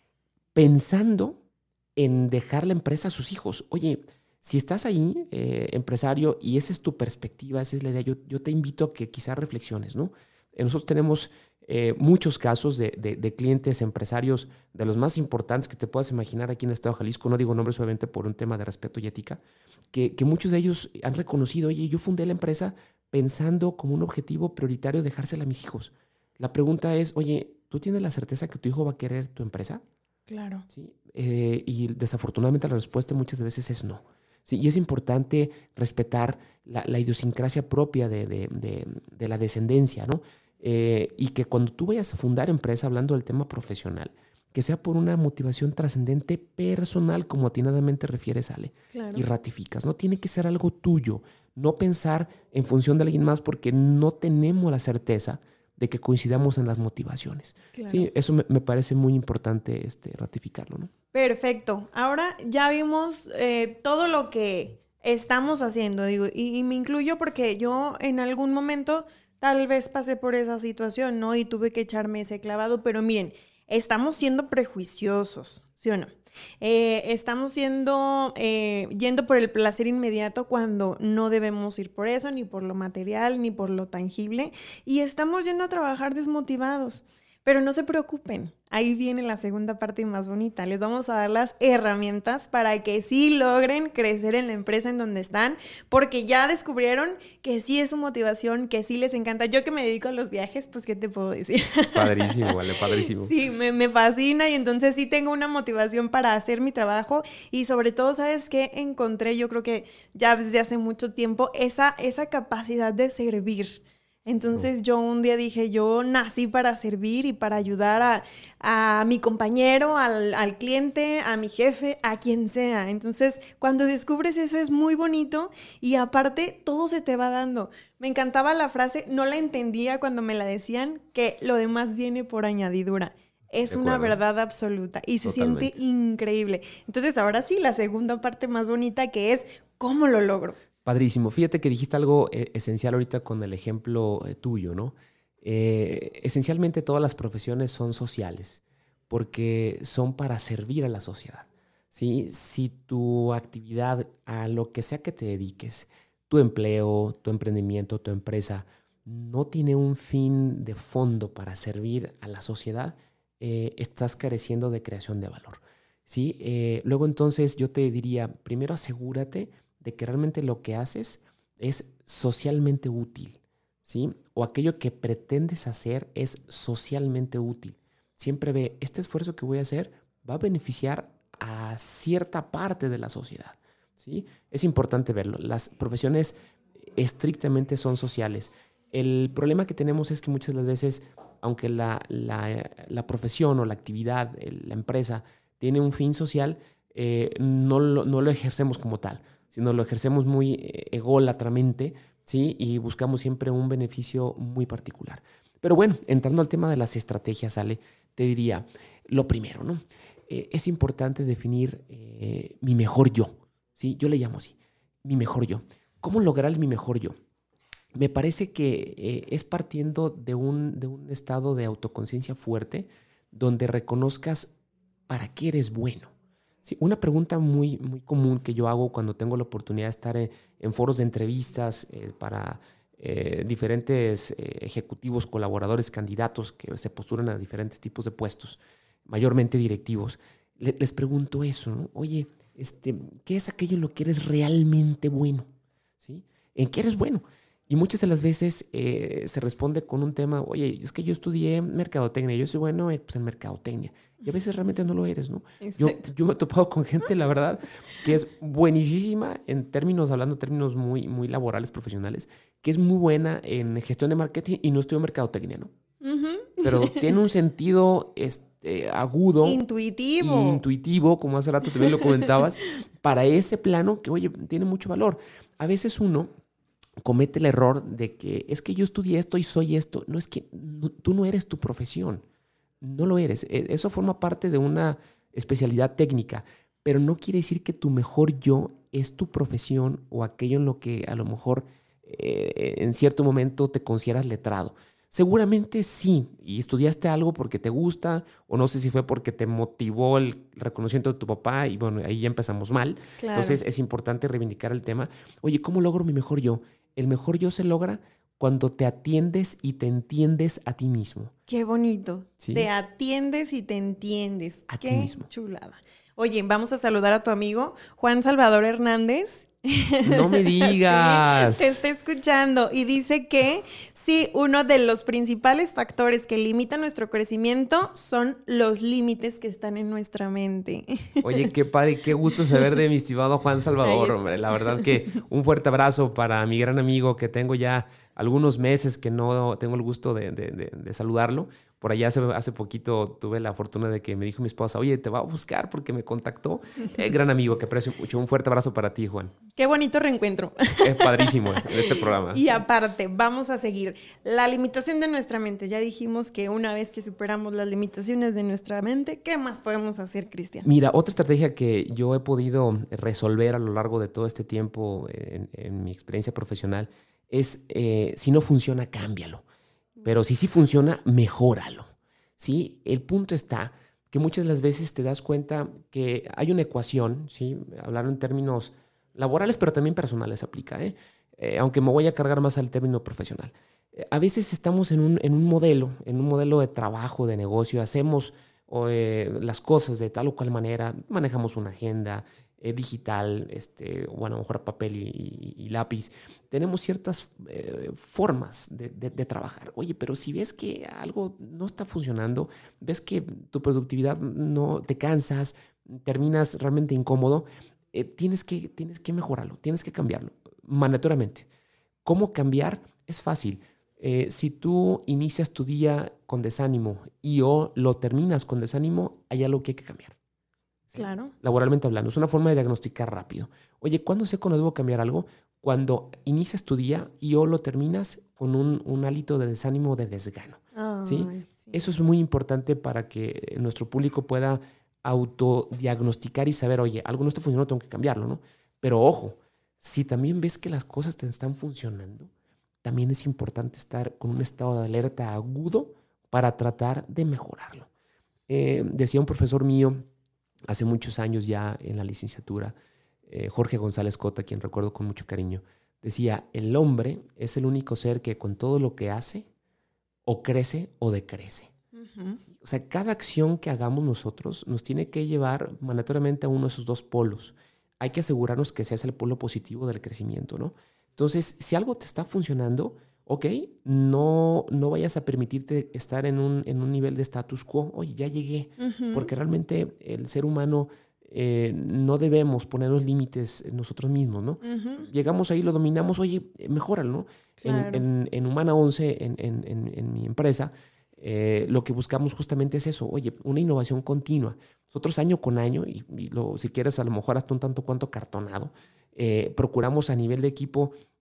pensando en dejar la empresa a sus hijos. Oye, si estás ahí, eh, empresario, y esa es tu perspectiva, esa es la idea, yo, yo te invito a que quizás reflexiones, ¿no? Eh, nosotros tenemos eh, muchos casos de, de, de clientes, empresarios, de los más importantes que te puedas imaginar aquí en el estado de Jalisco, no digo nombres obviamente por un tema de respeto y ética, que, que muchos de ellos han reconocido, oye, yo fundé la empresa pensando como un objetivo prioritario dejársela a mis hijos. La pregunta es, oye, ¿tú tienes la certeza que tu hijo va a querer tu empresa? Claro. ¿Sí? Eh, y desafortunadamente la respuesta muchas veces es no. Sí, y es importante respetar la, la idiosincrasia propia de, de, de, de la descendencia, ¿no? Eh, y que cuando tú vayas a fundar empresa, hablando del tema profesional, que sea por una motivación trascendente personal, como atinadamente refieres, Ale, Claro. y ratificas. No tiene que ser algo tuyo, no pensar en función de alguien más, porque no tenemos la certeza de que coincidamos en las motivaciones. Claro. Sí, eso me, me parece muy importante este, ratificarlo, ¿no? Perfecto. Ahora ya vimos eh, todo lo que estamos haciendo, digo, y, y me incluyo porque yo en algún momento tal vez pasé por esa situación, ¿no? Y tuve que echarme ese clavado, pero miren, estamos siendo prejuiciosos, ¿sí o no? Eh, estamos siendo, eh, yendo por el placer inmediato cuando no debemos ir por eso, ni por lo material, ni por lo tangible, y estamos yendo a trabajar desmotivados. Pero no se preocupen, ahí viene la segunda parte más bonita. Les vamos a dar las herramientas para que sí logren crecer en la empresa en donde están, porque ya descubrieron que sí es su motivación, que sí les encanta. Yo que me dedico a los viajes, pues ¿qué te puedo decir? Padrísimo, vale, padrísimo. Sí, me, me fascina y entonces sí tengo una motivación para hacer mi trabajo y sobre todo, ¿sabes qué? Encontré, yo creo que ya desde hace mucho tiempo, esa, esa capacidad de servir. Entonces yo un día dije, yo nací para servir y para ayudar a, a mi compañero, al, al cliente, a mi jefe, a quien sea. Entonces cuando descubres eso es muy bonito y aparte todo se te va dando. Me encantaba la frase, no la entendía cuando me la decían, que lo demás viene por añadidura. Es una verdad absoluta y se Totalmente. Siente increíble. Entonces ahora sí, la segunda parte más bonita que es, ¿cómo lo logro? Padrísimo. Fíjate que dijiste algo eh, esencial ahorita con el ejemplo eh, tuyo, ¿no? Eh, esencialmente todas las profesiones son sociales porque son para servir a la sociedad, ¿sí? Si tu actividad, a lo que sea que te dediques, tu empleo, tu emprendimiento, tu empresa, no tiene un fin de fondo para servir a la sociedad, eh, estás careciendo de creación de valor, ¿sí? Eh, luego entonces yo te diría, primero asegúrate de que realmente lo que haces es socialmente útil, ¿sí? O aquello que pretendes hacer es socialmente útil. Siempre ve, este esfuerzo que voy a hacer va a beneficiar a cierta parte de la sociedad, ¿sí? Es importante verlo. Las profesiones estrictamente son sociales. El problema que tenemos es que muchas de las veces, aunque la, la, la profesión o la actividad, la empresa, tiene un fin social, eh, no, lo, no lo ejercemos como tal, sino lo ejercemos muy ególatramente, ¿sí? Y buscamos siempre un beneficio muy particular. Pero bueno, entrando al tema de las estrategias, Ale, te diría, lo primero, ¿no? Eh, es importante definir eh, mi mejor yo, ¿sí? Yo le llamo así, mi mejor yo. ¿Cómo lograr mi mejor yo? Me parece que eh, es partiendo de un, de un estado de autoconciencia fuerte donde reconozcas para qué eres bueno. Sí, una pregunta muy, muy común que yo hago cuando tengo la oportunidad de estar en, en foros de entrevistas eh, para eh, diferentes eh, ejecutivos, colaboradores, candidatos que se postulan a diferentes tipos de puestos, mayormente directivos, le, les pregunto eso, ¿no? Oye, este, ¿qué es aquello en lo que eres realmente bueno? ¿Sí? ¿En qué eres bueno? Y muchas de las veces eh, se responde con un tema, oye, es que yo estudié mercadotecnia, yo soy bueno eh, pues en mercadotecnia. Y a veces realmente no lo eres, ¿no? Yo, yo me he topado con gente, la verdad, que es buenísima en términos, hablando de términos muy, muy laborales, profesionales, que es muy buena en gestión de marketing y no estudió mercadotecnia, ¿no? Uh-huh. Pero tiene un sentido este, agudo. Intuitivo. Intuitivo, como hace rato también lo comentabas, para ese plano que, oye, tiene mucho valor. A veces uno comete el error de que es que yo estudié esto y soy esto. No, es que no, tú no eres tu profesión. No lo eres. Eso forma parte de una especialidad técnica, pero no quiere decir que tu mejor yo es tu profesión o aquello en lo que a lo mejor eh, en cierto momento te consideras letrado. Seguramente sí, y estudiaste algo porque te gusta, o no sé si fue porque te motivó el reconocimiento de tu papá, y bueno, ahí ya empezamos mal. Claro. Entonces es importante reivindicar el tema. Oye, ¿cómo logro mi mejor yo? El mejor yo se logra cuando te atiendes y te entiendes a ti mismo. Qué bonito. ¿Sí? Te atiendes y te entiendes. A Qué ti mismo. Chulada. Oye, vamos a saludar a tu amigo Juan Salvador Hernández. No me digas. Sí, te está escuchando y dice que sí, uno de los principales factores que limitan nuestro crecimiento son los límites que están en nuestra mente. Oye, qué padre, qué gusto saber de mi estimado Juan Salvador, hombre. La verdad que un fuerte abrazo para mi gran amigo que tengo ya algunos meses que no tengo el gusto de, de, de, de saludarlo. Por allá hace, hace poquito tuve la fortuna de que me dijo mi esposa, oye, te va a buscar porque me contactó. Eh, gran amigo, que aprecio mucho. Un fuerte abrazo para ti, Juan. Qué bonito reencuentro. Es padrísimo este programa. Y aparte, vamos a seguir. La limitación de nuestra mente. Ya dijimos que una vez que superamos las limitaciones de nuestra mente, ¿qué más podemos hacer, Cristian? Mira, otra estrategia que yo he podido resolver a lo largo de todo este tiempo en, en mi experiencia profesional es, eh, si no funciona, cámbialo. Pero si sí funciona, mejóralo, ¿sí? El punto está que muchas de las veces te das cuenta que hay una ecuación, ¿sí? Hablar en términos laborales, pero también personales aplica, ¿eh? Eh, aunque me voy a cargar más al término profesional. Eh, a veces estamos en un, en un modelo, en un modelo de trabajo, de negocio, hacemos eh, las cosas de tal o cual manera, manejamos una agenda eh, digital, este, o a lo mejor papel y, y, y lápiz. Tenemos ciertas eh, formas de, de, de trabajar. Oye, pero si ves que algo no está funcionando, ves que tu productividad no te cansas, terminas realmente incómodo, eh, tienes que, tienes que mejorarlo, tienes que cambiarlo, mandatoriamente. ¿Cómo cambiar? Es fácil. Eh, si tú inicias tu día con desánimo y o lo terminas con desánimo, hay algo que hay que cambiar. ¿Sí? Claro. Laboralmente hablando, es una forma de diagnosticar rápido. Oye, ¿cuándo sé cuándo debo cambiar algo? Cuando inicias tu día y o lo terminas con un, un hálito de desánimo o de desgano. Ay, ¿sí? Sí. Eso es muy importante para que nuestro público pueda autodiagnosticar y saber, oye, algo no está funcionando, tengo que cambiarlo, ¿no? Pero ojo, si también ves que las cosas te están funcionando, también es importante estar con un estado de alerta agudo para tratar de mejorarlo. Eh, decía un profesor mío hace muchos años ya en la licenciatura, eh, Jorge González Cota, quien recuerdo con mucho cariño, decía, el hombre es el único ser que con todo lo que hace, o crece o decrece. Uh-huh. O sea, cada acción que hagamos nosotros nos tiene que llevar mandatoriamente a uno de esos dos polos. Hay que asegurarnos que sea el polo positivo del crecimiento, ¿no? Entonces, si algo te está funcionando, ok, no, no vayas a permitirte estar en un, en un nivel de status quo. Oye, ya llegué. Uh-huh. Porque realmente el ser humano eh, no debemos ponernos límites nosotros mismos, ¿no? Uh-huh. Llegamos ahí, lo dominamos, oye, mejóralo, ¿no? Claro. En, en, en Humana once, en, en, en, en mi empresa, eh, lo que buscamos justamente es eso. Oye, una innovación continua. Nosotros año con año, y, y lo, si quieres a lo mejor hasta un tanto cuanto cartonado, eh, procuramos a nivel de equipo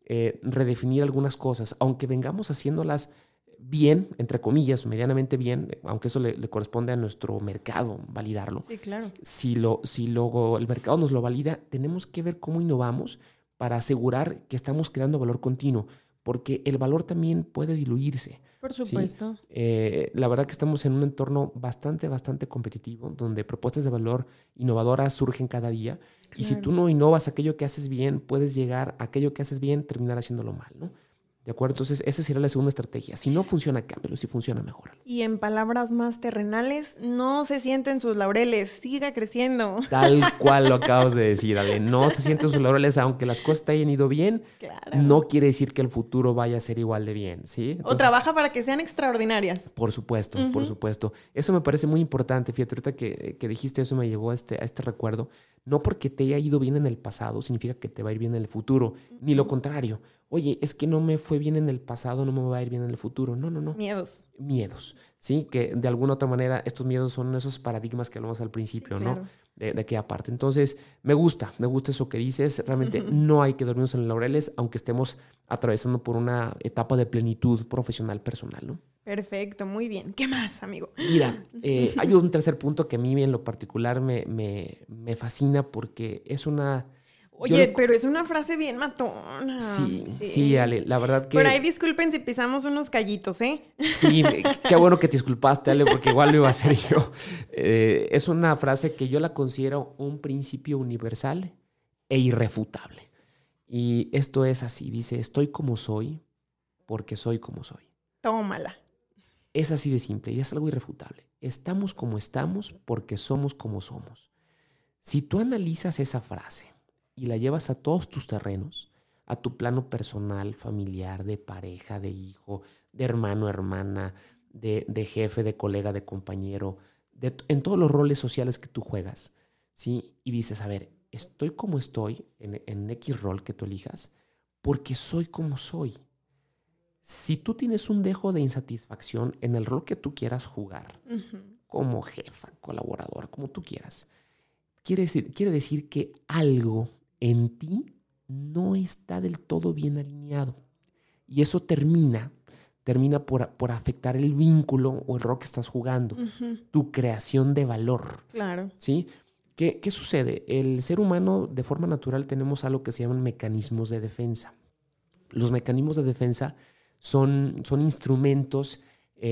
eh, redefinir algunas cosas, aunque vengamos haciéndolas bien, entre comillas, medianamente bien, aunque eso le, le corresponde a nuestro mercado validarlo. Sí, claro. Si, lo, si luego el mercado nos lo valida, tenemos que ver cómo innovamos para asegurar que estamos creando valor continuo, porque el valor también puede diluirse. Por supuesto. ¿Sí? Eh, la verdad que estamos en un entorno bastante, bastante competitivo, donde propuestas de valor innovadoras surgen cada día. Claro. Y si tú no innovas aquello que haces bien, puedes llegar a aquello que haces bien, terminar haciéndolo mal, ¿no? ¿De acuerdo? Entonces, esa sería la segunda estrategia. Si no funciona, cámbialo. Si funciona, mejor. Y en palabras más terrenales, no se sienten sus laureles. Siga creciendo. Tal cual lo acabas de decir, Ale. No se sienten sus laureles, aunque las cosas te hayan ido bien. Claro. No quiere decir que el futuro vaya a ser igual de bien, ¿sí? Entonces, o trabaja para que sean extraordinarias. Por supuesto, uh-huh. por supuesto. Eso me parece muy importante. Fíjate, ahorita que, que dijiste eso me llevó a este, a este recuerdo. No porque te haya ido bien en el pasado significa que te va a ir bien en el futuro. Uh-huh. Ni lo contrario. Oye, es que no me fue bien en el pasado, no me va a ir bien en el futuro. No, no, no. Miedos. Miedos, ¿sí? Que de alguna u otra manera estos miedos son esos paradigmas que hablamos al principio, sí, claro. ¿no? De, de aquella parte. Entonces, me gusta, me gusta eso que dices. Realmente uh-huh. no hay que dormirnos en los laureles, aunque estemos atravesando por una etapa de plenitud profesional, personal, ¿no? Perfecto, muy bien. ¿Qué más, amigo? Mira, eh, hay un tercer punto que a mí en lo particular me, me, me fascina porque es una... Oye, lo... pero es una frase bien matona. Sí, sí, sí, Ale, la verdad que... Por ahí disculpen si pisamos unos callitos, ¿eh? Sí, qué bueno que te disculpaste, Ale, porque igual lo iba a hacer yo. Eh, es una frase que yo la considero un principio universal e irrefutable. Y esto es así, dice, estoy como soy porque soy como soy. Tómala. Es así de simple y es algo irrefutable. Estamos como estamos porque somos como somos. Si tú analizas esa frase y la llevas a todos tus terrenos, a tu plano personal, familiar, de pareja, de hijo, de hermano, hermana, de, de jefe, de colega, de compañero, de, en todos los roles sociales que tú juegas, ¿sí? Y dices, a ver, estoy como estoy en, en X rol que tú elijas porque soy como soy. Si tú tienes un dejo de insatisfacción en el rol que tú quieras jugar, uh-huh. como jefa, colaboradora, como tú quieras, quiere decir, quiere decir que algo en ti no está del todo bien alineado. Y eso termina, termina por, por afectar el vínculo o el rol que estás jugando, uh-huh. tu creación de valor. Claro. ¿Sí? ¿Qué, ¿Qué sucede? El ser humano, de forma natural, tenemos algo que se llaman mecanismos de defensa. Los mecanismos de defensa son, son instrumentos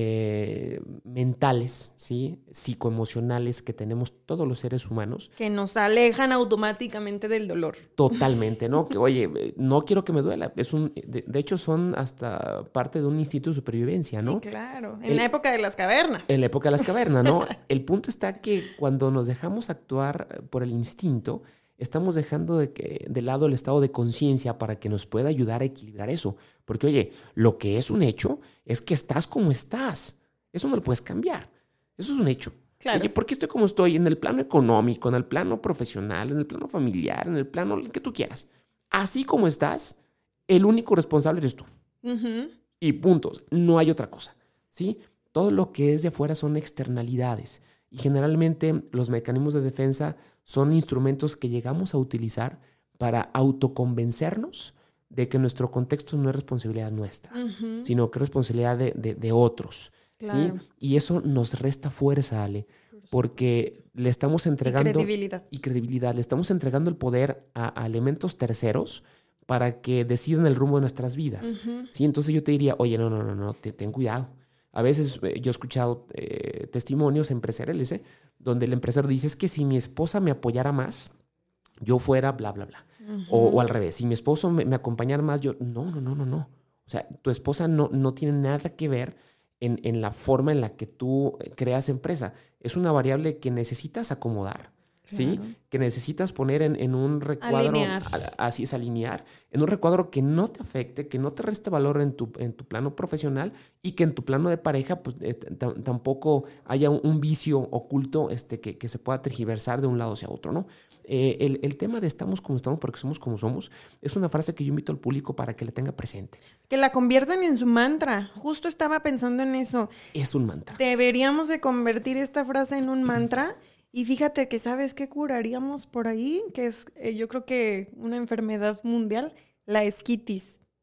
Eh, mentales, ¿sí? Psicoemocionales que tenemos todos los seres humanos. Que nos alejan automáticamente del dolor. Totalmente, ¿no? Que, oye, no quiero que me duela. Es un, de, de hecho, son hasta parte de un instinto de supervivencia, ¿no? Sí, claro. En el, la época de las cavernas. En la época de las cavernas, ¿no? El punto está que cuando nos dejamos actuar por el instinto, estamos dejando de, que, de lado el estado de conciencia para que nos pueda ayudar a equilibrar eso. Porque, oye, lo que es un hecho es que estás como estás. Eso no lo puedes cambiar. Eso es un hecho. Claro. Oye, ¿por qué estoy como estoy? En el plano económico, en el plano profesional, en el plano familiar, en el plano que tú quieras. Así como estás, el único responsable eres tú. Uh-huh. Y puntos. No hay otra cosa, ¿sí? Todo lo que es de afuera son externalidades. Y generalmente los mecanismos de defensa son instrumentos que llegamos a utilizar para autoconvencernos de que nuestro contexto no es responsabilidad nuestra, uh-huh. sino que es responsabilidad de, de, de otros. Claro. ¿Sí? Y eso nos resta fuerza, Ale, porque le estamos entregando... Y credibilidad. Y credibilidad. Le estamos entregando el poder a, a elementos terceros para que decidan el rumbo de nuestras vidas. Uh-huh. ¿Sí? Entonces yo te diría, oye, no, no, no, no, te, ten cuidado. A veces eh, yo he escuchado eh, testimonios empresariales, ¿eh? donde el empresario dice, es que si mi esposa me apoyara más, yo fuera bla, bla, bla. Uh-huh. O, o al revés, si mi esposo me, me acompañara más, yo... No, no, no, no, no. O sea, tu esposa no, no tiene nada que ver en, en la forma en la que tú creas empresa. Es una variable que necesitas acomodar. ¿Sí? Claro. Que necesitas poner en, en un recuadro, alinear. A, así es, alinear, en un recuadro que no te afecte, que no te reste valor en tu, en tu plano profesional y que en tu plano de pareja pues, eh, t- tampoco haya un, un vicio oculto este, que, que se pueda tergiversar de un lado hacia otro, ¿no? Eh, el, el tema de estamos como estamos porque somos como somos es una frase que yo invito al público para que la tenga presente. Que la conviertan en su mantra. Justo estaba pensando en eso. Es un mantra. Deberíamos de convertir esta frase en un mantra. Y fíjate que, ¿sabes qué curaríamos por ahí? Que es, eh, yo creo que una enfermedad mundial, la esquitis.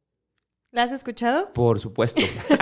¿La has escuchado? Por supuesto.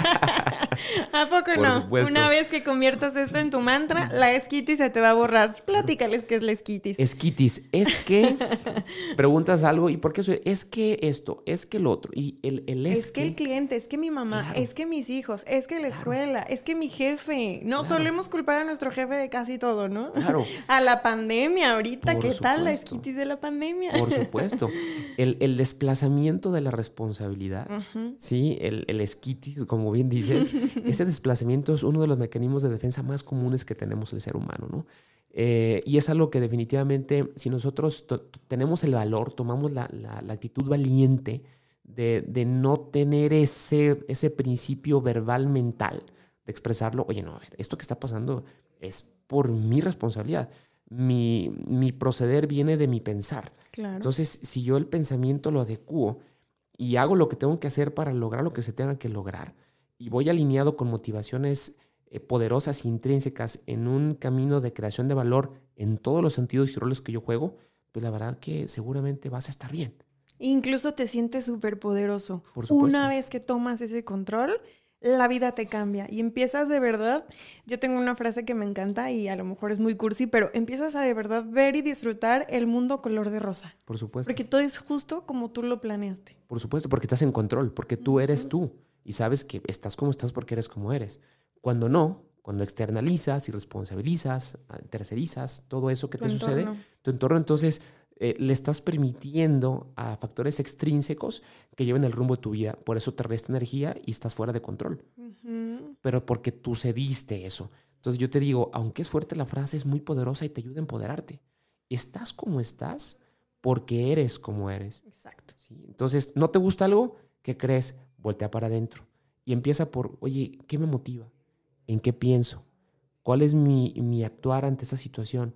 ¿A poco Por no? supuesto. Una vez que conviertas esto en tu mantra, la esquitis se te va a borrar. Platícales qué es la esquitis. Esquitis, es que preguntas algo y ¿por qué soy? Es que esto, es que el otro. Y el, el es, es que, que el cliente, es que mi mamá, claro. es que mis hijos, es que la Claro. escuela, es que mi jefe. No Claro. solemos culpar a nuestro jefe de casi todo, ¿no? Claro. A la pandemia ahorita, Por ¿qué tal la supuesto. esquitis de la pandemia? Por supuesto. El, el desplazamiento de la responsabilidad, Ujú. ¿sí? El, el esquitis, como bien dices, ese desplazamiento es uno de los mecanismos de defensa más comunes que tenemos el ser humano, ¿no? Eh, y es algo que definitivamente, si nosotros to- tenemos el valor, tomamos la, la, la actitud valiente de, de no tener ese, ese principio verbal mental de expresarlo, oye, no, a ver, esto que está pasando es por mi responsabilidad. Mi, mi proceder viene de mi pensar. Claro. Entonces, si yo el pensamiento lo adecuo y hago lo que tengo que hacer para lograr lo que se tenga que lograr y voy alineado con motivaciones eh, poderosas e intrínsecas en un camino de creación de valor en todos los sentidos y roles que yo juego, pues la verdad que seguramente vas a estar bien. Incluso te sientes súper poderoso. Por supuesto. Una vez que tomas ese control, la vida te cambia y empiezas de verdad. Yo tengo una frase que me encanta y a lo mejor es muy cursi, pero empiezas a de verdad ver y disfrutar el mundo color de rosa. Por supuesto. Porque todo es justo como tú lo planeaste. Por supuesto, porque estás en control, porque tú eres tú y sabes que estás como estás porque eres como eres. Cuando no, cuando externalizas y responsabilizas, tercerizas, todo eso que Tu te sucede, entorno. tu entorno, entonces eh, le estás permitiendo a factores extrínsecos que lleven el rumbo de tu vida. Por eso te resta energía y estás fuera de control. Ujú. Pero porque tú cediste eso. Entonces yo te digo, aunque es fuerte la frase, es muy poderosa y te ayuda a empoderarte. Estás como estás porque eres como eres. Exacto. ¿Sí? Entonces, ¿no te gusta algo? ¿Qué crees? Voltea para adentro. Y empieza por, oye, ¿qué me motiva? ¿En qué pienso? ¿Cuál es mi, mi actuar ante esta situación?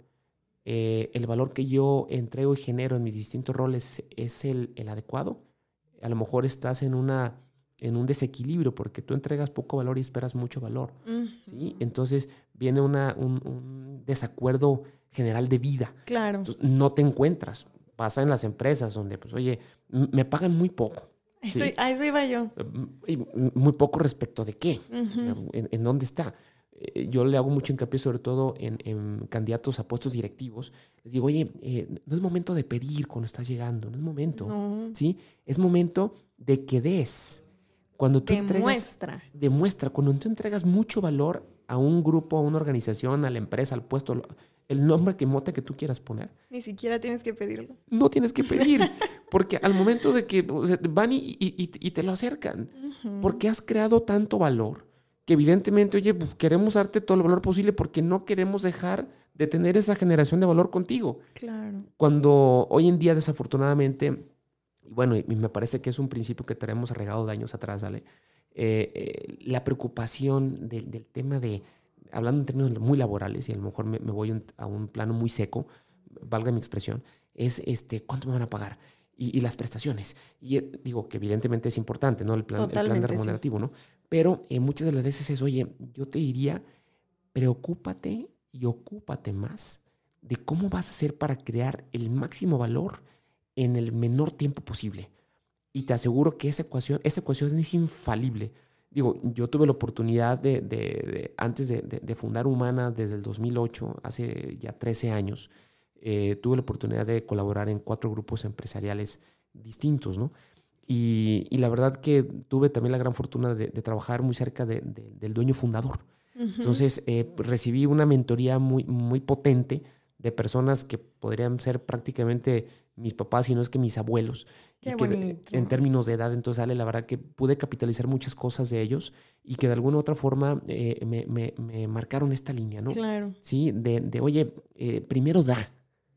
Eh, ¿El valor que yo entrego y genero en mis distintos roles es el, el adecuado? A lo mejor estás en, una, en un desequilibrio porque tú entregas poco valor y esperas mucho valor. Ujú. ¿Sí? Entonces viene una, un, un desacuerdo general de vida. Claro. Entonces, no te encuentras. Pasa en las empresas donde, pues, oye, m- me pagan muy poco. Eso- ¿sí? a eso iba yo. Y muy poco respecto de qué, Ujú. o sea, en, en dónde está. Eh, Yo le hago mucho hincapié sobre todo en, en candidatos a puestos directivos. Les digo, oye, eh, no es momento de pedir cuando estás llegando, no es momento, No. ¿sí? Es momento de que des. Cuando tú entregas, Demuestra. demuestra, cuando tú entregas mucho valor a un grupo, a una organización, a la empresa, al puesto, lo- el nombre que mote que tú quieras poner, Ni siquiera tienes que pedirlo. no tienes que pedir, porque al momento de que o sea, van y, y- y- y te lo acercan, Ujú. porque has creado tanto valor, que evidentemente, oye, pues queremos darte todo el valor posible porque no queremos dejar de tener esa generación de valor contigo. Claro. Cuando hoy en día, desafortunadamente, y bueno, y me parece que es un principio que tenemos regado de años atrás, ¿vale? Eh, eh, la preocupación del, del tema de, hablando en términos muy laborales, y a lo mejor me, me voy un- a un plano muy seco, valga mi expresión, es este, ¿cuánto me van a pagar? Y, y las prestaciones. Y eh, digo que evidentemente es importante, ¿no? El plan, el plan Totalmente, de sí. remunerativo, ¿no? Pero eh, muchas de las veces es, oye, yo te diría, preocúpate y ocúpate más de cómo vas a hacer para crear el máximo valor en el menor tiempo posible. Y te aseguro que esa ecuación, esa ecuación es infalible. Digo, yo tuve la oportunidad de, de, de antes de, de, de fundar Humana desde el dos mil ocho, hace ya trece años, eh, tuve la oportunidad de colaborar en cuatro grupos empresariales distintos, ¿no? Y, y la verdad que tuve también la gran fortuna de, de trabajar muy cerca de, de, del dueño fundador. Ujú. Entonces, eh, recibí una mentoría muy, muy potente de personas que podrían ser prácticamente mis papás, y no es que mis abuelos. Qué y que de- bonito. en términos de edad, entonces, Ale, la verdad que pude capitalizar muchas cosas de ellos y que de alguna u otra forma eh, me, me, me marcaron esta línea, ¿no? Claro. Sí, de, de oye, eh, primero da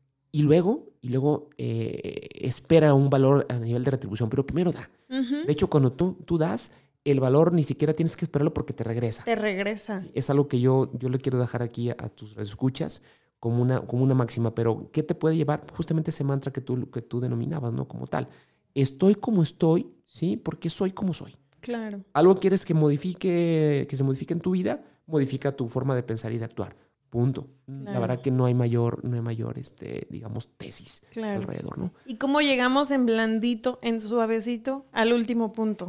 y luego, y luego eh, espera un valor a nivel de retribución, pero primero da. Ujú. De hecho, cuando tú, tú das, el valor ni siquiera tienes que esperarlo porque te regresa. Te regresa. Sí, es algo que yo, yo le quiero dejar aquí a, a tus escuchas como una, como una máxima, pero ¿qué te puede llevar? Justamente ese mantra que tú, que tú denominabas, ¿no? Como tal. Estoy como estoy, ¿sí? Porque soy como soy. Claro. ¿Algo quieres que modifique, que se modifique en tu vida? Modifica tu forma de pensar y de actuar. Punto. La Claro. verdad que no hay mayor, no hay mayor, este, digamos, tesis Claro. alrededor, ¿no? ¿Y cómo llegamos en blandito, en suavecito, al último punto?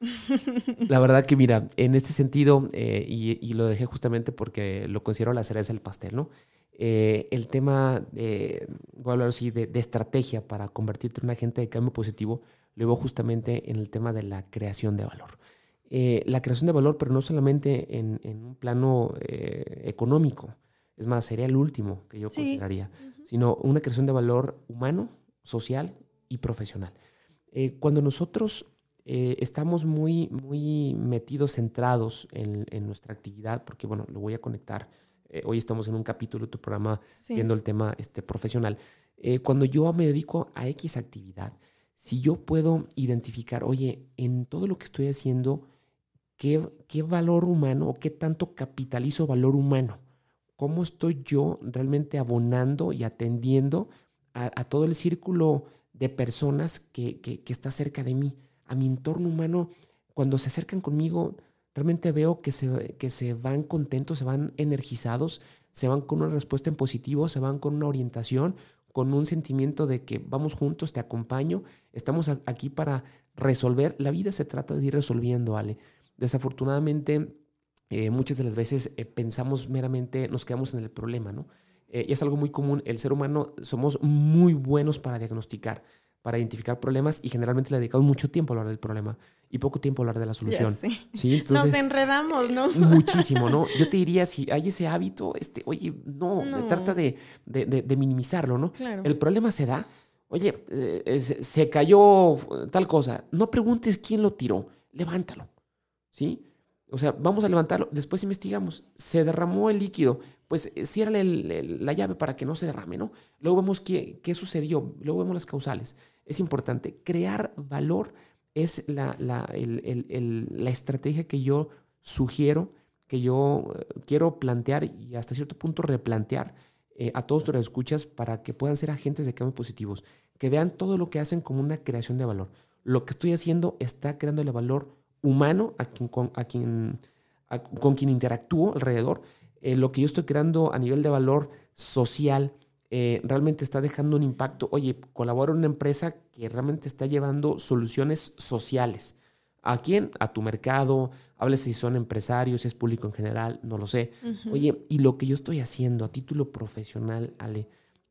La verdad que mira, en este sentido, eh, y, y lo dejé justamente porque lo considero la cereza del pastel, ¿no? Eh, el tema, eh, voy a hablar así, de, de estrategia para convertirte en un agente de cambio positivo, lo veo justamente en el tema de la creación de valor. Eh, la creación de valor, pero no solamente en, en un plano eh, económico, es más, sería el último que yo sí. consideraría, uh-huh. sino una creación de valor humano, social y profesional. Eh, cuando nosotros eh, estamos muy, muy metidos, centrados en, en nuestra actividad, porque bueno, lo voy a conectar, eh, hoy estamos en un capítulo de tu programa sí. viendo el tema este, profesional, eh, cuando yo me dedico a X actividad, si yo puedo identificar, oye, en todo lo que estoy haciendo, ¿qué, qué valor humano o qué tanto capitalizo valor humano? ¿Cómo estoy yo realmente abonando y atendiendo a, a todo el círculo de personas que, que, que está cerca de mí, a mi entorno humano? Cuando se acercan conmigo, realmente veo que se, que se van contentos, se van energizados, se van con una respuesta en positivo, se van con una orientación, con un sentimiento de que vamos juntos, te acompaño, estamos a, aquí para resolver. La vida se trata de ir resolviendo, Ale. Desafortunadamente, eh, muchas de las veces eh, pensamos meramente, nos quedamos en el problema, ¿no? Eh, y es algo muy común. El ser humano somos muy buenos para diagnosticar, para identificar problemas y generalmente le dedicamos mucho tiempo a hablar del problema y poco tiempo a hablar de la solución. ¿Sí? Entonces, nos enredamos, ¿no? Muchísimo, ¿no? Yo te diría, si hay ese hábito, este, oye, no, no. trata de, de, de, de minimizarlo, ¿no? Claro. El problema se da, oye, eh, se, se cayó tal cosa, no preguntes quién lo tiró, levántalo, ¿sí? O sea, vamos a levantarlo, después investigamos. Se derramó el líquido, pues ciérrale el, el, la llave para que no se derrame, ¿no? Luego vemos qué, qué sucedió, luego vemos las causales. Es importante. Crear valor es la, la, el, el, el, la estrategia que yo sugiero, que yo quiero plantear y hasta cierto punto replantear eh, a todos los escuchas para que puedan ser agentes de cambio positivos, que vean todo lo que hacen como una creación de valor. Lo que estoy haciendo está creándole valor humano a quien, con, a quien, a, con quien interactúo alrededor. Eh, lo que yo estoy creando a nivel de valor social eh, realmente está dejando un impacto. Oye, colaboro en una empresa que realmente está llevando soluciones sociales. ¿A quién? A tu mercado. Háblese si son empresarios, si es público en general, no lo sé. Uh-huh. Oye, y lo que yo estoy haciendo a título profesional, Ale,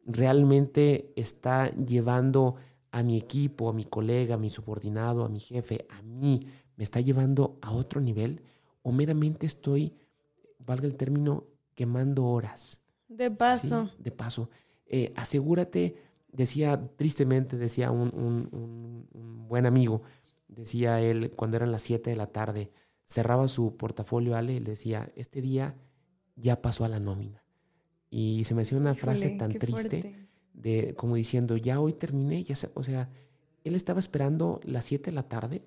realmente está llevando a mi equipo, a mi colega, a mi subordinado, a mi jefe, a mí, me está llevando a otro nivel, o meramente estoy, valga el término, quemando horas. De paso. Sí, de paso. Eh, asegúrate, decía, tristemente, decía un, un, un, un buen amigo, decía él, cuando eran las siete de la tarde, cerraba su portafolio, Ale, y le decía, este día ya pasó a la nómina. Y se me hacía una frase Híjole, tan triste, de, como diciendo, ya hoy terminé, ya se, o sea, él estaba esperando las siete de la tarde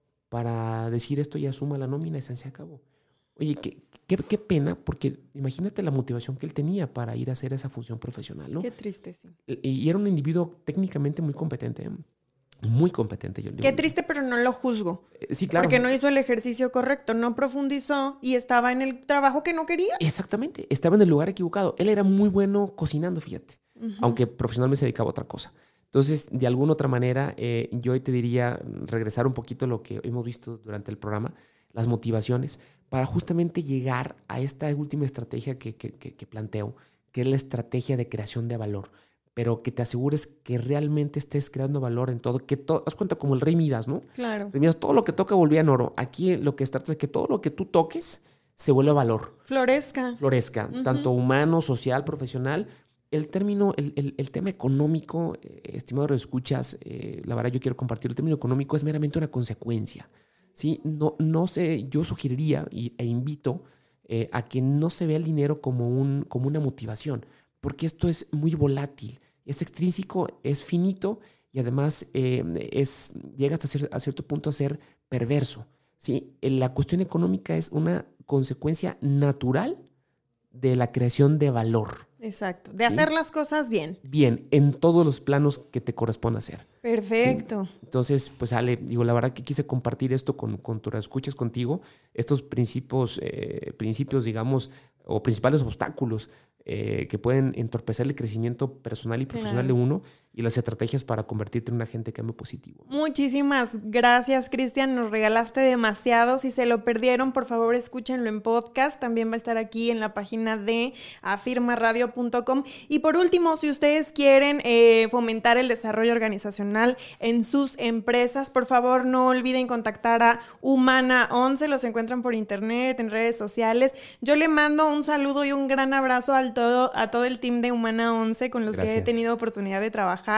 para decir esto ya suma la nómina y se acabó. Oye, qué, qué, qué pena, porque imagínate la motivación que él tenía para ir a hacer esa función profesional, ¿no? Qué triste, sí. Y, y era un individuo técnicamente muy competente, ¿eh? Muy competente. Yo Qué digo, triste, pero no lo juzgo. Eh, sí, claro. Porque no hizo el ejercicio correcto, no profundizó y estaba en el trabajo que no quería. Exactamente, estaba en el lugar equivocado. Él era muy bueno cocinando, fíjate, uh-huh. aunque profesionalmente se dedicaba a otra cosa. Entonces, de alguna otra manera, eh, yo hoy te diría regresar un poquito a lo que hemos visto durante el programa, las motivaciones, para justamente llegar a esta última estrategia que, que, que, que planteo, que es la estrategia de creación de valor, pero que te asegures que realmente estés creando valor en todo, que todo, haz cuenta como el rey Midas, ¿no? Claro. Rey Midas, todo lo que toca volvía en oro. Aquí lo que se trata es que todo lo que tú toques se vuelva valor. Florezca. Florezca, uh-huh. tanto humano, social, profesional. El término, el, el, el tema económico, eh, estimado escuchas, eh, la verdad yo quiero compartir, el término económico es meramente una consecuencia, ¿sí? No, no sé, yo sugeriría y, e invito eh, a que no se vea el dinero como, un, como una motivación, porque esto es muy volátil, es extrínseco, es finito y además eh, es, llega hasta cier- a cierto punto a ser perverso, ¿sí? La cuestión económica es una consecuencia natural de la creación de valor. Exacto, de hacer ¿sí? las cosas bien. Bien, en todos los planos que te corresponda hacer. Perfecto. ¿Sí? Entonces, pues Ale, digo, la verdad que quise compartir esto con, con tus escuchas contigo, estos principios, eh, principios, digamos, o principales obstáculos eh, que pueden entorpecer el crecimiento personal y profesional Claro. de uno y las estrategias para convertirte en un agente de cambio positivo. Muchísimas gracias, Cristian. Nos regalaste demasiado. Si se lo perdieron, por favor, escúchenlo en podcast. También va a estar aquí en la página de afirma radio punto com. Y por último, si ustedes quieren eh, fomentar el desarrollo organizacional en sus empresas, por favor, no olviden contactar a Humana once. Los encuentran por internet, en redes sociales. Yo le mando un saludo y un gran abrazo al todo, a todo el team de Humana once con los Gracias. que he tenido oportunidad de trabajar.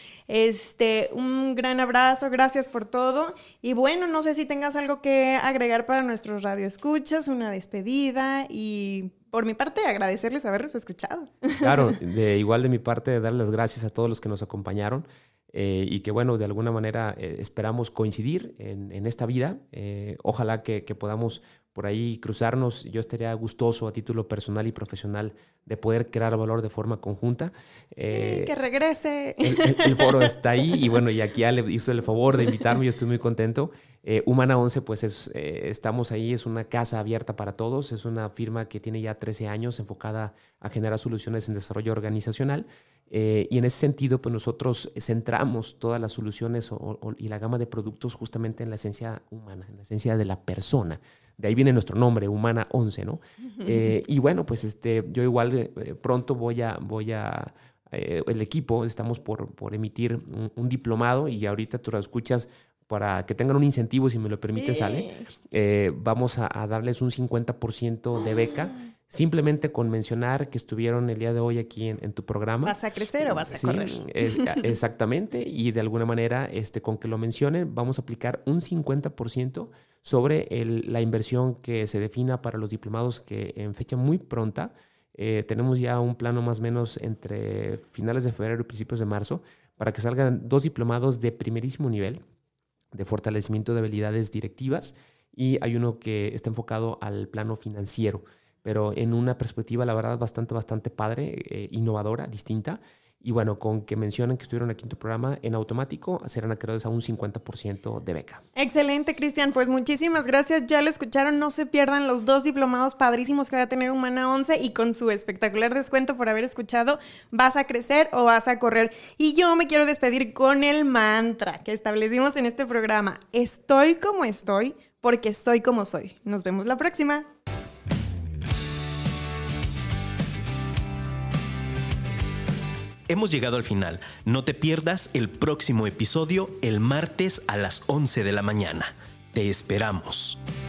Este, un gran abrazo, gracias por todo. Y bueno, no sé si tengas algo que agregar para nuestros radioescuchas, una despedida y por mi parte agradecerles haberlos escuchado. Claro, de, igual de mi parte, dar las gracias a todos los que nos acompañaron eh, y que bueno, de alguna manera eh, esperamos coincidir en, en esta vida. Eh, ojalá que, que podamos por ahí cruzarnos. Yo estaría gustoso a título personal y profesional de poder crear valor de forma conjunta. Eh, Sí, que regrese. El, el, el foro está ahí y bueno, y aquí Ale hizo el favor de invitarme, yo estoy muy contento. Eh, Humana once, pues es, eh, estamos ahí, es una casa abierta para todos, es una firma que tiene ya trece años enfocada a generar soluciones en desarrollo organizacional eh, y en ese sentido, pues nosotros centramos todas las soluciones o, o, y la gama de productos justamente en la esencia humana, en la esencia de la persona. De ahí viene nuestro nombre, Humana once, ¿no? Eh, y bueno, pues este, yo igual eh, pronto voy a... Voy a Eh, el equipo, estamos por, por emitir un, un diplomado y ahorita tú lo escuchas para que tengan un incentivo, si me lo permites, Sí. Ale. Eh, vamos a, a darles un cincuenta por ciento de beca, simplemente con mencionar que estuvieron el día de hoy aquí en, en tu programa. ¿Vas a crecer o vas a Sí, correr? es- exactamente, y de alguna manera, este, con que lo mencionen, vamos a aplicar un cincuenta por ciento sobre el- la inversión que se defina para los diplomados que en fecha muy pronta. Eh, tenemos ya un plano más o menos entre finales de febrero y principios de marzo para que salgan dos diplomados de primerísimo nivel de fortalecimiento de habilidades directivas y hay uno que está enfocado al plano financiero, pero en una perspectiva, la verdad, bastante, bastante padre, eh, innovadora, distinta. Y bueno, con que mencionen que estuvieron aquí en tu programa, en automático serán acreedores a un cincuenta por ciento de beca. Excelente, Cristian. Pues muchísimas gracias. Ya lo escucharon. No se pierdan los dos diplomados padrísimos que va a tener Humana once y con su espectacular descuento por haber escuchado, vas a crecer o vas a correr. Y yo me quiero despedir con el mantra que establecimos en este programa. Estoy como estoy porque soy como soy. Nos vemos la próxima. Hemos llegado al final. No te pierdas el próximo episodio el martes a las once de la mañana. Te esperamos.